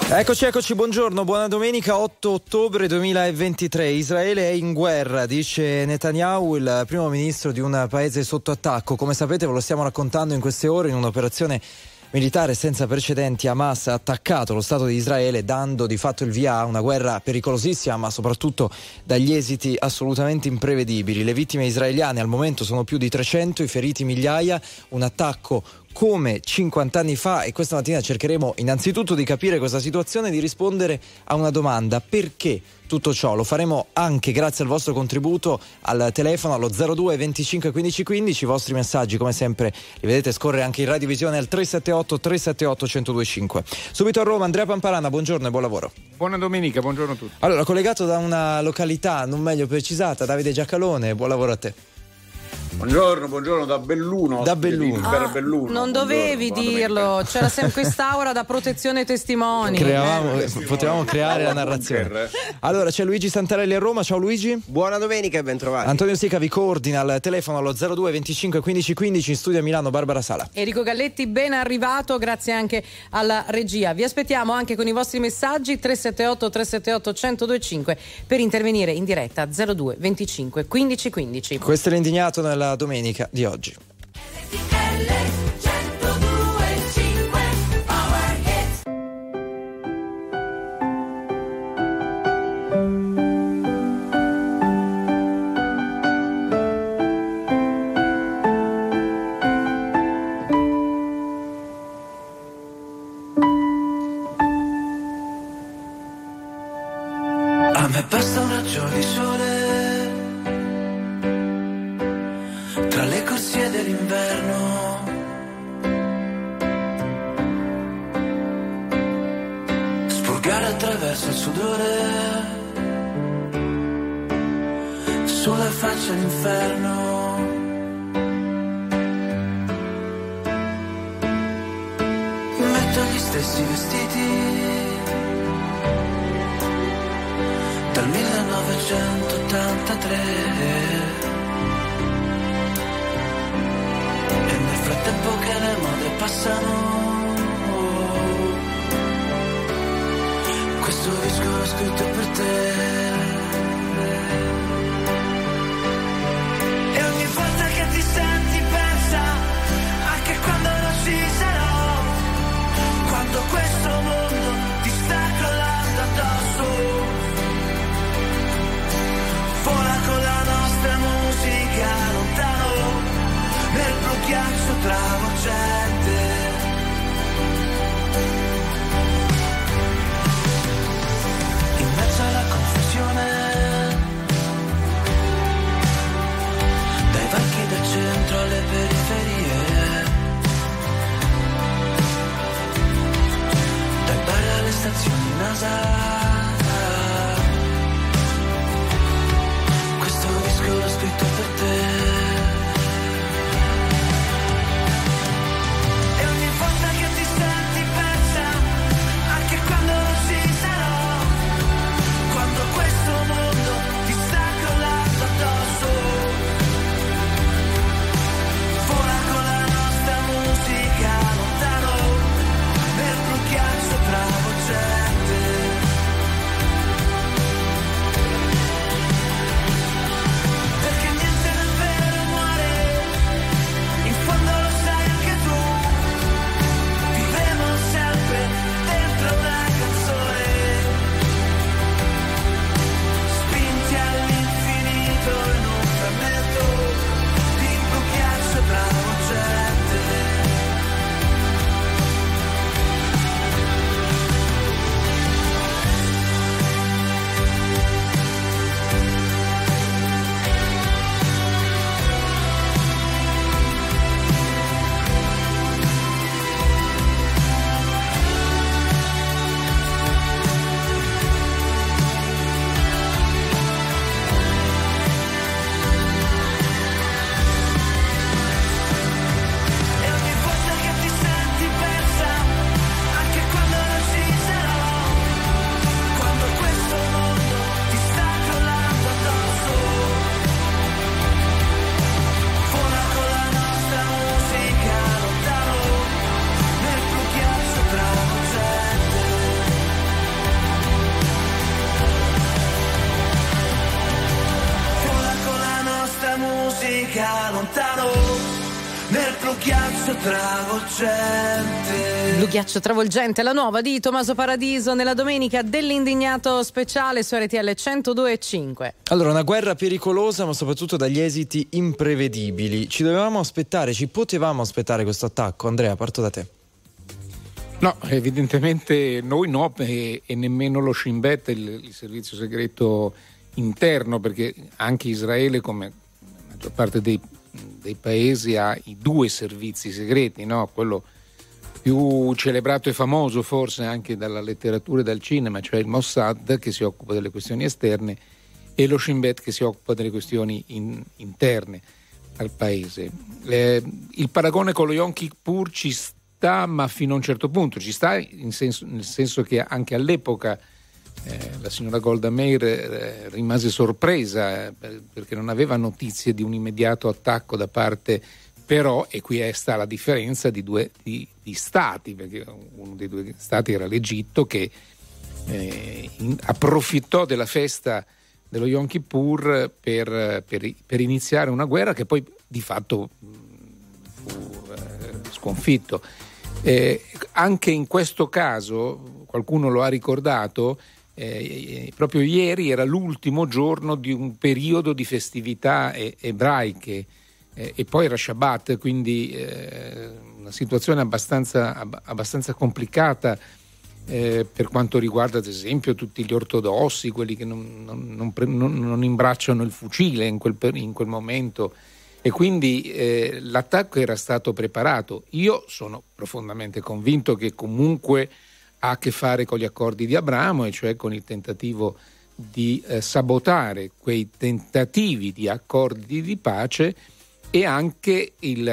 Eccoci, buongiorno, buona domenica, 8 ottobre 2023. Israele è in guerra, dice Netanyahu, il primo ministro di un paese sotto attacco. Come sapete, ve lo stiamo raccontando in queste ore in un'operazione militare senza precedenti. Hamas ha attaccato lo Stato di Israele, dando di fatto il via a una guerra pericolosissima, ma soprattutto dagli esiti assolutamente imprevedibili. Le vittime israeliane al momento sono più di 300, i feriti migliaia, un attacco come 50 anni fa, e questa mattina cercheremo innanzitutto di capire questa situazione e di rispondere a una domanda: perché tutto ciò? Lo faremo anche grazie al vostro contributo al telefono allo 02 25 15 15. I vostri messaggi come sempre li vedete scorrere anche in radiovisione al 378 378 1025. Subito a Roma Andrea Pamparana, buongiorno e buon lavoro. Buona domenica, buongiorno a tutti. Allora, collegato da una località non meglio precisata, Davide Giacalone, buon lavoro a te. Buongiorno da Belluno. Da Belluno. Belluno. Non dovevi dirlo, c'era sempre quest'aura da protezione testimoni. Potevamo creare la narrazione. Allora c'è Luigi Santarelli a Roma, ciao Luigi. Buona domenica e ben trovati. Antonio Sica vi coordina al telefono allo 02 25 15 15, in studio a Milano Barbara Sala. Enrico Galletti ben arrivato, grazie anche alla regia. Vi aspettiamo anche con i vostri messaggi 378 378 1025 per intervenire in diretta 02 25 15 15. Questo è l'indignato nella domenica di oggi. A me basta un raggio di sole tra le corsie dell'inverno, spurgare attraverso il sudore sulla faccia l'inferno. Metto gli stessi vestiti dal 1983 e nel frattempo che le mode passano, questo disco l'ho scritto per te. E ogni volta che ti senti persa, anche quando non ci sarò, quando questo mondo ti sta crollando addosso, vola con la nostra musica lontano nel blu ghiaccio travolgente. In mezzo alla confusione, dai banchi del centro alle periferie, dai bar alle stazioni NASA, l'ho scritto per te. questa musica lontano nel blu ghiaccio travolgente. Blu ghiaccio travolgente, la nuova di Tommaso Paradiso nella domenica dell'Indignato speciale su RTL 102.5. Allora, una guerra pericolosa, ma soprattutto dagli esiti imprevedibili. Ci potevamo aspettare questo attacco? Andrea, parto da te. No, evidentemente noi no, e nemmeno lo Shin Bet, il servizio segreto interno, perché anche Israele, come la maggior parte dei paesi, ha i due servizi segreti, no? Quello più celebrato e famoso forse anche dalla letteratura e dal cinema, cioè il Mossad, che si occupa delle questioni esterne, e lo Shin Bet, che si occupa delle questioni interne al paese. Il paragone con lo Yom Kippur ci sta, ma fino a un certo punto ci sta, nel senso che anche all'epoca la signora Golda Meir rimase sorpresa perché non aveva notizie di un immediato attacco da parte, però, e qui sta la differenza di stati, perché uno dei due stati era l'Egitto, che approfittò della festa dello Yom Kippur per iniziare una guerra che poi di fatto fu sconfitto. Anche in questo caso, qualcuno lo ha ricordato, proprio ieri era l'ultimo giorno di un periodo di festività ebraiche, e poi era Shabbat, quindi una situazione abbastanza complicata per quanto riguarda ad esempio tutti gli ortodossi, quelli che non imbracciano il fucile in quel momento, e quindi l'attacco era stato preparato. Io sono profondamente convinto che comunque ha a che fare con gli accordi di Abramo, e cioè con il tentativo di sabotare quei tentativi di accordi di pace, e anche il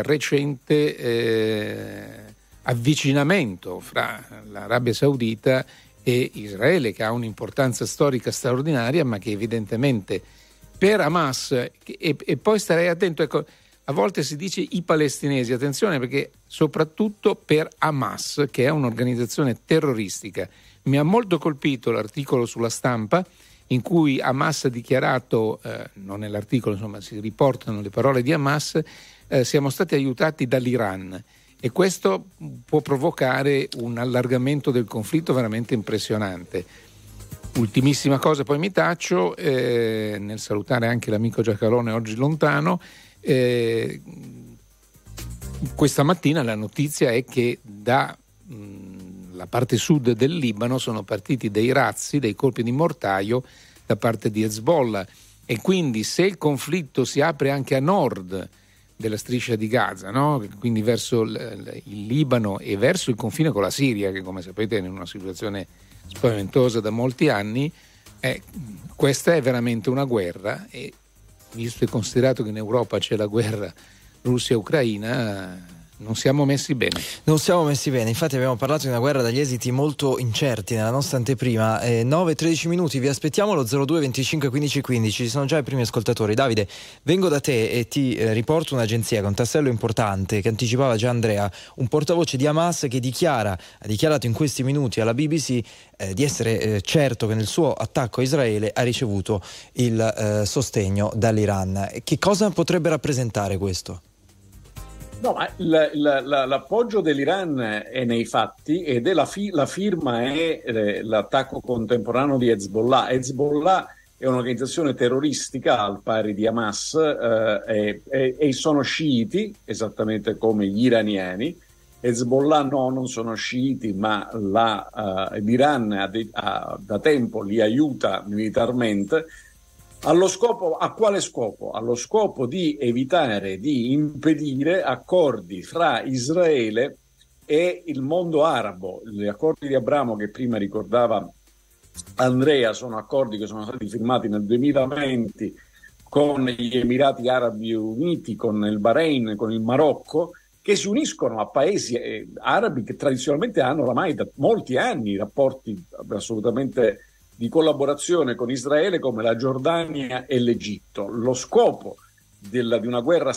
recente avvicinamento fra l'Arabia Saudita e Israele, che ha un'importanza storica straordinaria, ma che evidentemente per Hamas, e poi starei attento, ecco, a volte si dice i palestinesi, attenzione, perché soprattutto per Hamas, che è un'organizzazione terroristica. Mi ha molto colpito l'articolo sulla Stampa in cui Hamas ha dichiarato, non nell'articolo, insomma si riportano le parole di Hamas, siamo stati aiutati dall'Iran, e questo può provocare un allargamento del conflitto veramente impressionante. Ultimissima cosa, poi mi taccio, nel salutare anche l'amico Giacalone oggi lontano. Questa mattina la notizia è che da la parte sud del Libano sono partiti dei razzi, dei colpi di mortaio da parte di Hezbollah, e quindi se il conflitto si apre anche a nord della striscia di Gaza, no? Quindi verso il Libano e verso il confine con la Siria, che come sapete è in una situazione spaventosa da molti anni, questa è veramente una guerra, e visto e considerato che in Europa c'è la guerra Russia-Ucraina, non siamo messi bene. Non siamo messi bene, infatti abbiamo parlato di una guerra dagli esiti molto incerti nella nostra anteprima. 9-13 minuti, vi aspettiamo allo 02 25 15 15, ci sono già i primi ascoltatori. Davide, vengo da te e ti riporto un'agenzia con un tassello importante che anticipava già Andrea, un portavoce di Hamas che ha dichiarato in questi minuti alla BBC di essere certo che nel suo attacco a Israele ha ricevuto il sostegno dall'Iran. Che cosa potrebbe rappresentare questo? No, ma l'appoggio dell'Iran è nei fatti, ed è la firma è l'attacco contemporaneo di Hezbollah. Hezbollah è un'organizzazione terroristica al pari di Hamas, e sono sciiti, esattamente come gli iraniani. Hezbollah no, non sono sciiti, ma l'Iran da tempo li aiuta militarmente. A quale scopo? Allo scopo di evitare, di impedire accordi fra Israele e il mondo arabo. Gli accordi di Abramo che prima ricordava Andrea sono accordi che sono stati firmati nel 2020 con gli Emirati Arabi Uniti, con il Bahrain, con il Marocco, che si uniscono a paesi arabi che tradizionalmente hanno oramai da molti anni rapporti assolutamente di collaborazione con Israele, come la Giordania e l'Egitto. Lo scopo di una guerra scatenata in questo modo è quello di impedire che a questo clima di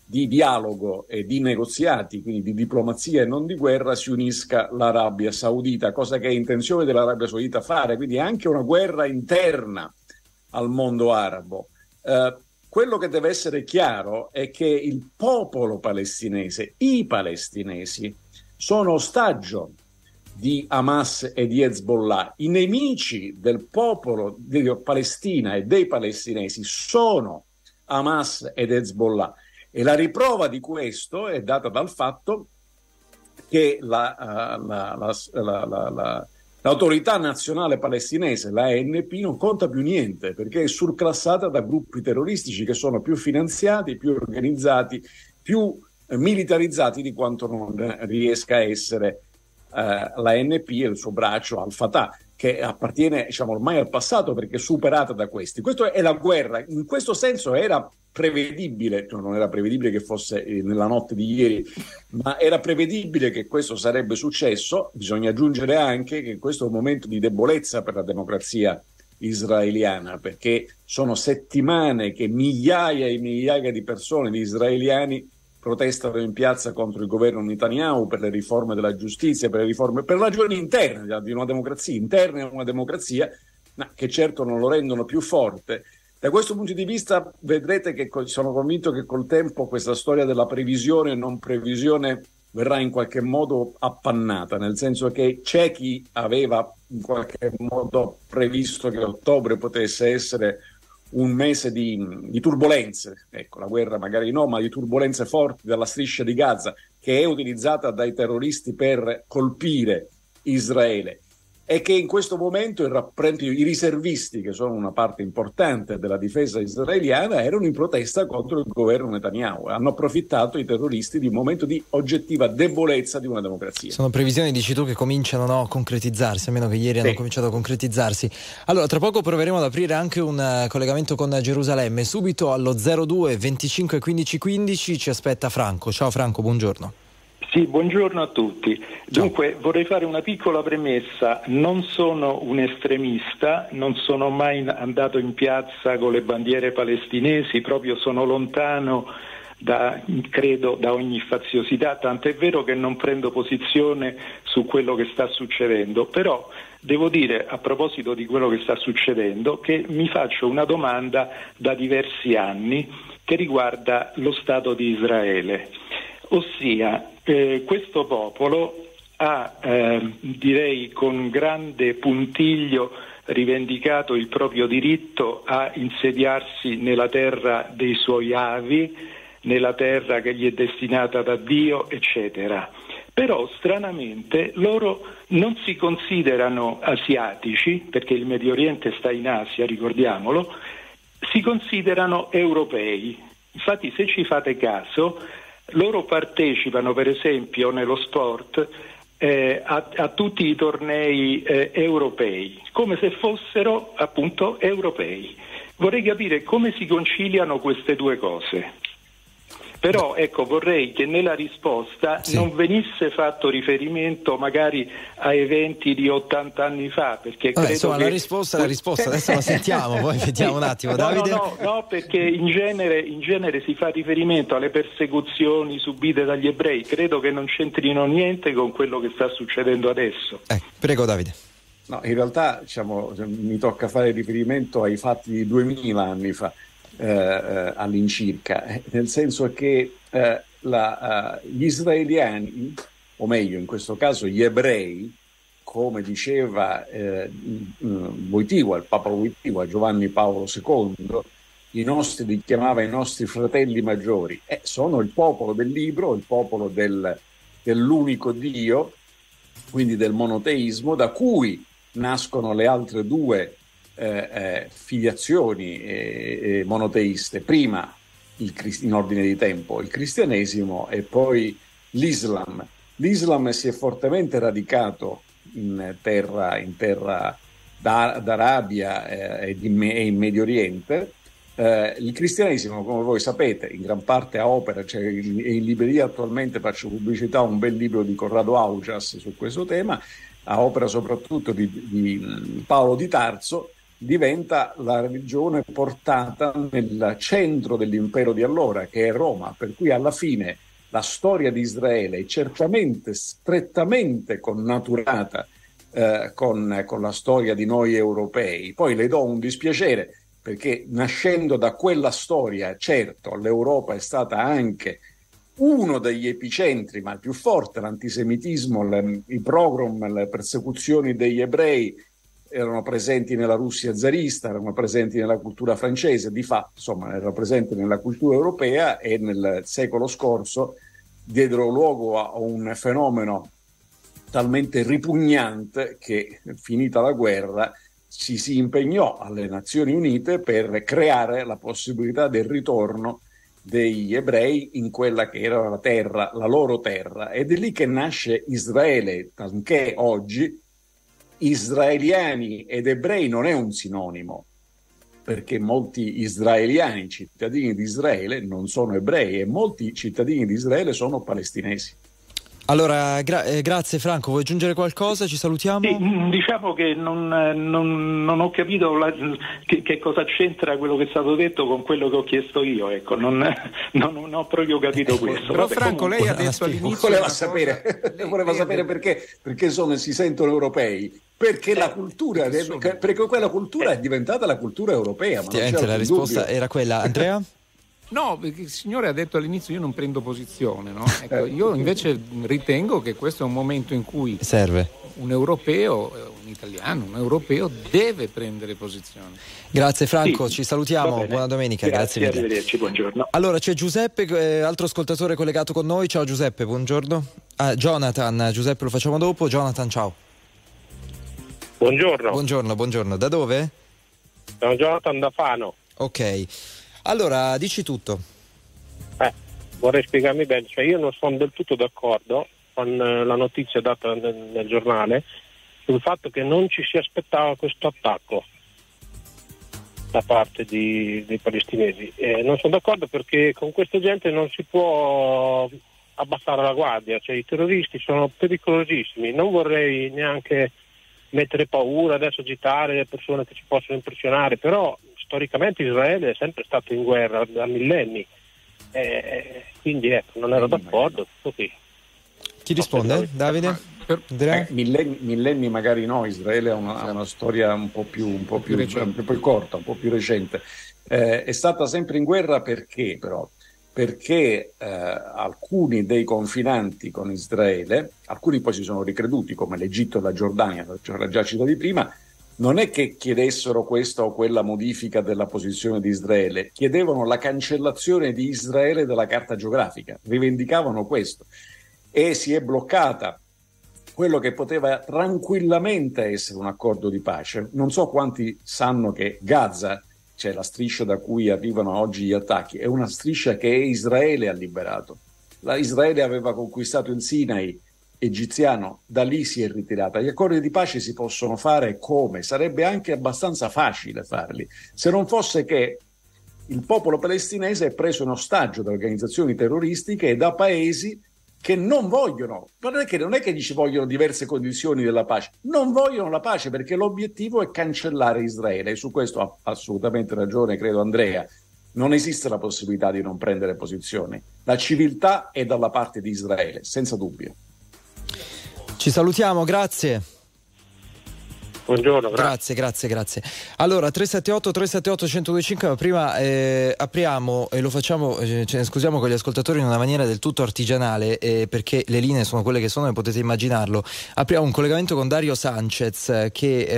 di dialogo e di negoziati, quindi di diplomazia e non di guerra, si unisca l'Arabia Saudita, cosa che è intenzione dell'Arabia Saudita fare, quindi è anche una guerra interna al mondo arabo. Quello che deve essere chiaro è che il popolo palestinese, i palestinesi, sono ostaggio di Hamas e di Hezbollah. I nemici del popolo di Palestina e dei palestinesi sono Hamas ed Hezbollah. E la riprova di questo è data dal fatto che l'autorità nazionale palestinese, la ANP, non conta più niente, perché è surclassata da gruppi terroristici che sono più finanziati, più organizzati, più militarizzati di quanto non riesca a essere l'ANP e il suo braccio Al-Fatah, che appartiene, diciamo, ormai al passato perché è superata da questi. Questa è la guerra. In questo senso era prevedibile, cioè non era prevedibile che fosse nella notte di ieri, ma era prevedibile che questo sarebbe successo. Bisogna aggiungere anche che questo è un momento di debolezza per la democrazia israeliana, perché sono settimane che migliaia e migliaia di persone, di israeliani, protestano in piazza contro il governo Netanyahu per le riforme della giustizia, per le riforme, per ragioni interne di una democrazia, interne a una democrazia, ma che certo non lo rendono più forte. Da questo punto di vista vedrete che sono convinto che col tempo questa storia della previsione e non previsione verrà in qualche modo appannata, nel senso che c'è chi aveva in qualche modo previsto che ottobre potesse essere un mese di turbolenze, ecco, la guerra magari no, ma di turbolenze forti dalla striscia di Gaza, che è utilizzata dai terroristi per colpire Israele, e che in questo momento i riservisti, che sono una parte importante della difesa israeliana, erano in protesta contro il governo Netanyahu. Hanno approfittato i terroristi di un momento di oggettiva debolezza di una democrazia. Sono previsioni, dici tu, che cominciano a concretizzarsi, almeno che ieri hanno cominciato a concretizzarsi. Allora, tra poco proveremo ad aprire anche un collegamento con Gerusalemme. Subito allo 02 25 15 15 ci aspetta Franco. Ciao Franco, buongiorno. Sì, buongiorno a tutti. Dunque, vorrei fare una piccola premessa. Non sono un estremista, non sono mai andato in piazza con le bandiere palestinesi, proprio sono lontano credo da ogni faziosità, tant'è vero che non prendo posizione su quello che sta succedendo. Però devo dire, a proposito di quello che sta succedendo, che mi faccio una domanda da diversi anni che riguarda lo Stato di Israele. Ossia, questo popolo ha, direi con grande puntiglio, rivendicato il proprio diritto a insediarsi nella terra dei suoi avi, nella terra che gli è destinata da Dio, eccetera. Però stranamente loro non si considerano asiatici, perché il Medio Oriente sta in Asia, ricordiamolo, si considerano europei. Infatti, se ci fate caso, loro partecipano per esempio nello sport a tutti i tornei europei, come se fossero appunto europei. Vorrei capire come si conciliano queste due cose. Però ecco, vorrei che nella risposta non venisse fatto riferimento magari a eventi di 80 anni fa, perché credo insomma, che... la risposta adesso la sentiamo, poi vediamo un attimo. Davide? No, perché in genere si fa riferimento alle persecuzioni subite dagli ebrei. Credo che non c'entrino niente con quello che sta succedendo adesso. Prego Davide. No, in realtà mi tocca fare riferimento ai fatti di 2000 anni fa. All'incirca, nel senso che gli israeliani, o meglio in questo caso gli ebrei, come diceva Wojtyła, il Papa Wojtyła, Giovanni Paolo II, li chiamava i nostri fratelli maggiori, sono il popolo del libro, il popolo dell'unico Dio, quindi del monoteismo, da cui nascono le altre due filiazioni monoteiste, prima in ordine di tempo il cristianesimo e poi l'Islam. L'Islam si è fortemente radicato in terra d'Arabia e in Medio Oriente. Il cristianesimo, come voi sapete, in gran parte a opera, in libreria attualmente faccio pubblicità a un bel libro di Corrado Augias su questo tema, a opera soprattutto di Paolo di Tarso, diventa la religione portata nel centro dell'impero di allora, che è Roma, per cui alla fine la storia di Israele è certamente strettamente connaturata con la storia di noi europei. Poi le do un dispiacere, perché nascendo da quella storia, certo, l'Europa è stata anche uno degli epicentri, ma il più forte, l'antisemitismo, i pogrom, le persecuzioni degli ebrei erano presenti nella Russia zarista, erano presenti nella cultura francese, di fatto, insomma, erano presenti nella cultura europea, e nel secolo scorso diedero luogo a un fenomeno talmente ripugnante che, finita la guerra, si impegnò alle Nazioni Unite per creare la possibilità del ritorno degli ebrei in quella che era la terra, la loro terra, ed è lì che nasce Israele, tanché oggi israeliani ed ebrei non è un sinonimo, perché molti israeliani, cittadini di Israele, non sono ebrei, e molti cittadini di Israele sono palestinesi. Allora, grazie Franco, vuoi aggiungere qualcosa? Ci salutiamo? Sì, diciamo che non ho capito che cosa c'entra quello che è stato detto con quello che ho chiesto io, ecco, non ho proprio capito questo. Però Franco, lei ha detto all'inizio voleva sapere perché si sentono europei. Perché la cultura, perché quella cultura è diventata la cultura europea. Ma la risposta era quella. Andrea? No, perché il signore ha detto all'inizio io non prendo posizione, no? Ecco, io invece ritengo che questo è un momento in cui serve un europeo, un italiano, un europeo deve prendere posizione. Grazie Franco, ci salutiamo, buona domenica, grazie mille. Arrivederci, buongiorno. Allora c'è Giuseppe, altro ascoltatore collegato con noi. Ciao Giuseppe, buongiorno. Jonathan, Giuseppe lo facciamo dopo. Jonathan, ciao. Buongiorno, da dove? Sono Jonathan da Fano. Ok, allora dici tutto. Vorrei spiegarmi bene, cioè io non sono del tutto d'accordo con la notizia data nel giornale sul fatto che non ci si aspettava questo attacco da parte dei palestinesi. Non sono d'accordo perché con questa gente non si può abbassare la guardia, cioè i terroristi sono pericolosissimi, non vorrei neanche mettere paura, adesso agitare le persone che ci possono impressionare, però storicamente Israele è sempre stato in guerra da millenni, quindi ecco, non ero d'accordo. Qui. Chi risponde? Davide? Millenni magari no, Israele ha una storia un po' più corta, un po' più recente. È stata sempre in guerra perché però? Perché alcuni dei confinanti con Israele, alcuni poi si sono ricreduti come l'Egitto e la Giordania, l'ho già citato prima, non è che chiedessero questa o quella modifica della posizione di Israele, chiedevano la cancellazione di Israele dalla carta geografica, rivendicavano questo, e si è bloccata quello che poteva tranquillamente essere un accordo di pace. Non so quanti sanno che Gaza, cioè la striscia da cui arrivano oggi gli attacchi, è una striscia che Israele ha liberato. Israele aveva conquistato il Sinai egiziano, da lì si è ritirata. Gli accordi di pace si possono fare come? Sarebbe anche abbastanza facile farli, se non fosse che il popolo palestinese è preso in ostaggio da organizzazioni terroristiche e da paesi che non vogliono, non è che dici vogliono diverse condizioni della pace, non vogliono la pace perché l'obiettivo è cancellare Israele, e su questo ha assolutamente ragione, credo, Andrea. Non esiste la possibilità di non prendere posizione. La civiltà è dalla parte di Israele, senza dubbio. Ci salutiamo, grazie. Buongiorno, grazie. Allora 378-378-1025, ma prima apriamo e lo facciamo, ce ne scusiamo con gli ascoltatori in una maniera del tutto artigianale, perché le linee sono quelle che sono e potete immaginarlo. Apriamo un collegamento con Dario Sanchez, che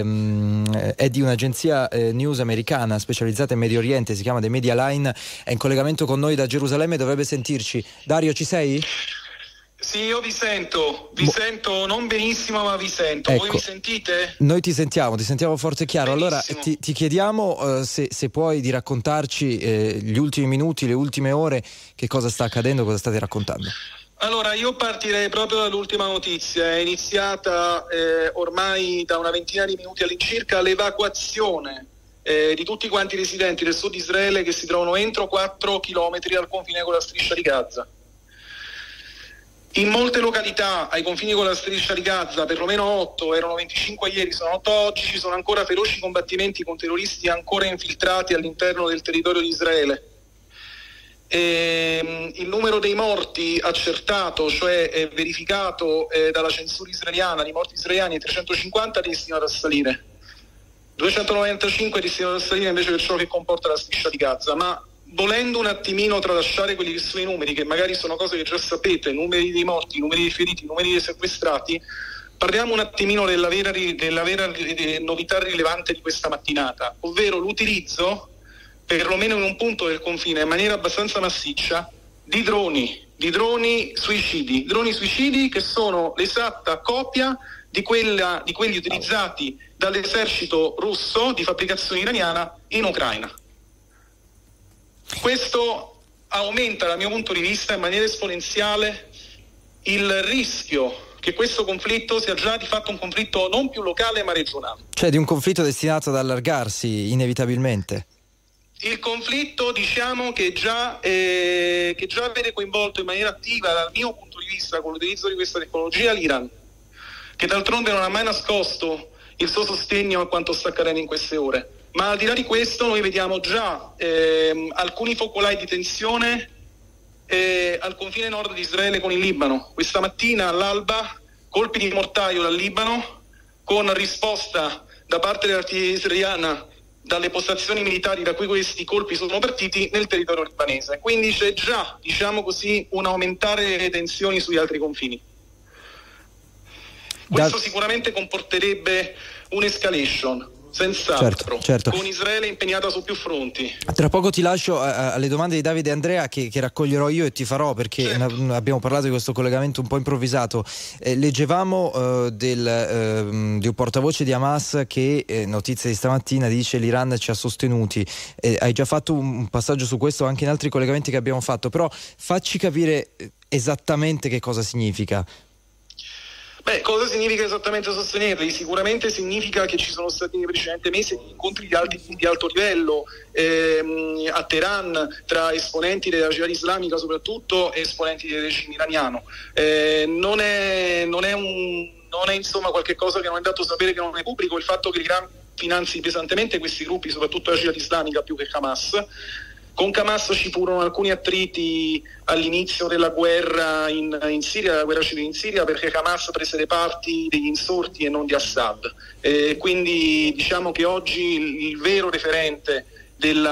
è di un'agenzia news americana specializzata in Medio Oriente, si chiama The Media Line, è in collegamento con noi da Gerusalemme, dovrebbe sentirci. Dario, ci sei? Sì, io vi sento sento non benissimo, ma vi sento. Ecco, voi mi sentite? Noi ti sentiamo forte e chiaro. Benissimo. Allora ti chiediamo se puoi di raccontarci gli ultimi minuti, le ultime ore, che cosa sta accadendo, cosa state raccontando. Allora, io partirei proprio dall'ultima notizia. È iniziata ormai da una ventina di minuti all'incirca l'evacuazione di tutti quanti i residenti del sud di Israele che si trovano entro 4 chilometri dal confine con la striscia di Gaza. In molte località ai confini con la striscia di Gaza, perlomeno 8, erano 25 ieri, sono 8 oggi, ci sono ancora feroci combattimenti con terroristi ancora infiltrati all'interno del territorio di Israele. Il numero dei morti accertato, cioè verificato dalla censura israeliana, di morti israeliani è 350, destinato a salire. 295 destinato a salire invece per ciò che comporta la striscia di Gaza. Ma volendo un attimino tralasciare quelli che sono i numeri, che magari sono cose che già sapete, numeri dei morti, numeri dei feriti, numeri dei sequestrati, parliamo un attimino della vera novità rilevante di questa mattinata, ovvero l'utilizzo, perlomeno in un punto del confine, in maniera abbastanza massiccia, di droni suicidi che sono l'esatta copia di quelli utilizzati dall'esercito russo di fabbricazione iraniana in Ucraina. Questo aumenta, dal mio punto di vista, in maniera esponenziale il rischio che questo conflitto sia già di fatto un conflitto non più locale ma regionale. Cioè di un conflitto destinato ad allargarsi inevitabilmente. Il conflitto, diciamo, che già vede coinvolto in maniera attiva, dal mio punto di vista, con l'utilizzo di questa tecnologia, l'Iran, che d'altronde non ha mai nascosto il suo sostegno a quanto sta accadendo in queste ore. Ma al di là di questo noi vediamo già alcuni focolai di tensione al confine nord di Israele con il Libano. Questa mattina all'alba colpi di mortaio dal Libano, con risposta da parte dell'artiglieria israeliana dalle postazioni militari da cui questi colpi sono partiti nel territorio libanese. Quindi c'è già, diciamo così, un aumentare delle tensioni sugli altri confini. Questo sicuramente comporterebbe un'escalation, senz'altro, certo. Con Israele impegnata su più fronti. Tra poco ti lascio alle domande di Davide e Andrea che raccoglierò io e ti farò, perché abbiamo parlato di questo collegamento un po' improvvisato. Leggevamo di un portavoce di Hamas che, notizia di stamattina, dice l'Iran ci ha sostenuti. Hai già fatto un passaggio su questo anche in altri collegamenti che abbiamo fatto, però facci capire esattamente che cosa significa. Beh, cosa significa esattamente sostenerli? Sicuramente significa che ci sono stati nei precedenti mesi incontri di alto livello a Teheran tra esponenti della Jihad islamica soprattutto e esponenti del regime iraniano. Non è insomma qualche cosa che non è dato sapere, che non è pubblico, il fatto che l'Iran finanzi pesantemente questi gruppi, soprattutto la Jihad islamica più che Hamas. Con Hamas ci furono alcuni attriti all'inizio della guerra in Siria, la guerra civile in Siria, perché Hamas prese le parti degli insorti e non di Assad. Quindi diciamo che oggi il vero referente del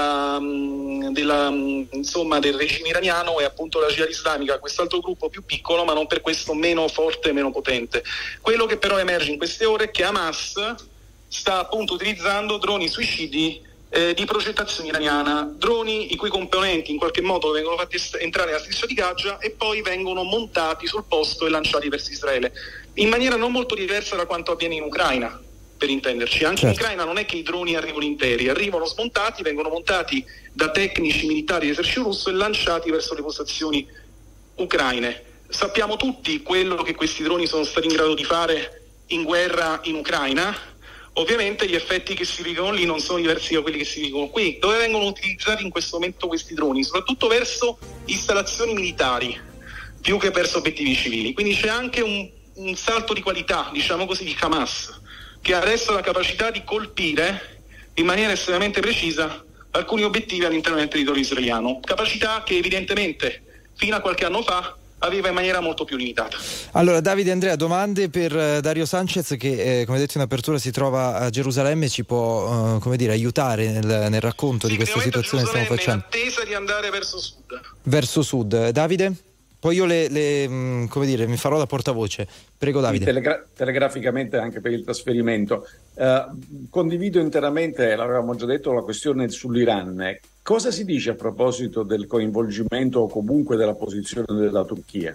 regime iraniano è appunto la Jihad islamica, quest'altro gruppo più piccolo ma non per questo meno forte e meno potente. Quello che però emerge in queste ore è che Hamas sta appunto utilizzando droni suicidi di progettazione iraniana, droni i cui componenti in qualche modo vengono fatti entrare nella striscia di Gaza e poi vengono montati sul posto e lanciati verso Israele, in maniera non molto diversa da quanto avviene in Ucraina, per intenderci. Anche in Ucraina non è che i droni arrivano interi, arrivano smontati, vengono montati da tecnici militari dell'esercito russo e lanciati verso le postazioni ucraine. Sappiamo tutti quello che questi droni sono stati in grado di fare in guerra in Ucraina. Ovviamente gli effetti che si vivono lì non sono diversi da quelli che si vivono qui, dove vengono utilizzati in questo momento questi droni, soprattutto verso installazioni militari più che verso obiettivi civili. Quindi c'è anche un salto di qualità, diciamo così, di Hamas, che ha adesso la capacità di colpire in maniera estremamente precisa alcuni obiettivi all'interno del territorio israeliano, capacità che evidentemente fino a qualche anno fa aveva in maniera molto più limitata. Allora Davide e Andrea, domande per Dario Sanchez che come detto in apertura si trova a Gerusalemme, ci può aiutare nel racconto di questa situazione che stiamo facendo. In attesa di andare verso sud. Verso sud. Davide? Poi io mi farò da portavoce. Prego Davide. Telegraficamente anche per il trasferimento. Condivido interamente, l'avevamo già detto, la questione sull'Iran. Cosa si dice a proposito del coinvolgimento o comunque della posizione della Turchia?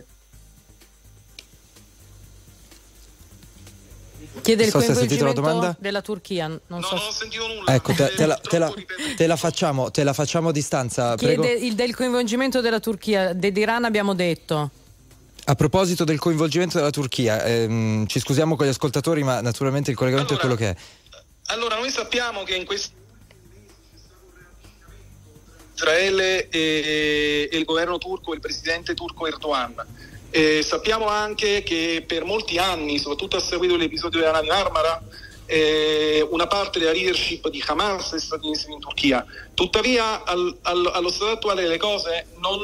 Chiede il coinvolgimento della Turchia. Non ho sentito nulla. Ecco, te la facciamo a distanza. Chiede prego. del coinvolgimento della Turchia, dell'Iran abbiamo detto. A proposito del coinvolgimento della Turchia, ci scusiamo con gli ascoltatori, ma naturalmente il collegamento è quello che è. Allora, noi sappiamo che in questo Israele e il governo turco, il presidente turco Erdogan, Sappiamo anche che per molti anni, soprattutto a seguito dell'episodio della nave Marmara, una parte della leadership di Hamas è stata inserita in Turchia. Tuttavia allo stato attuale delle cose non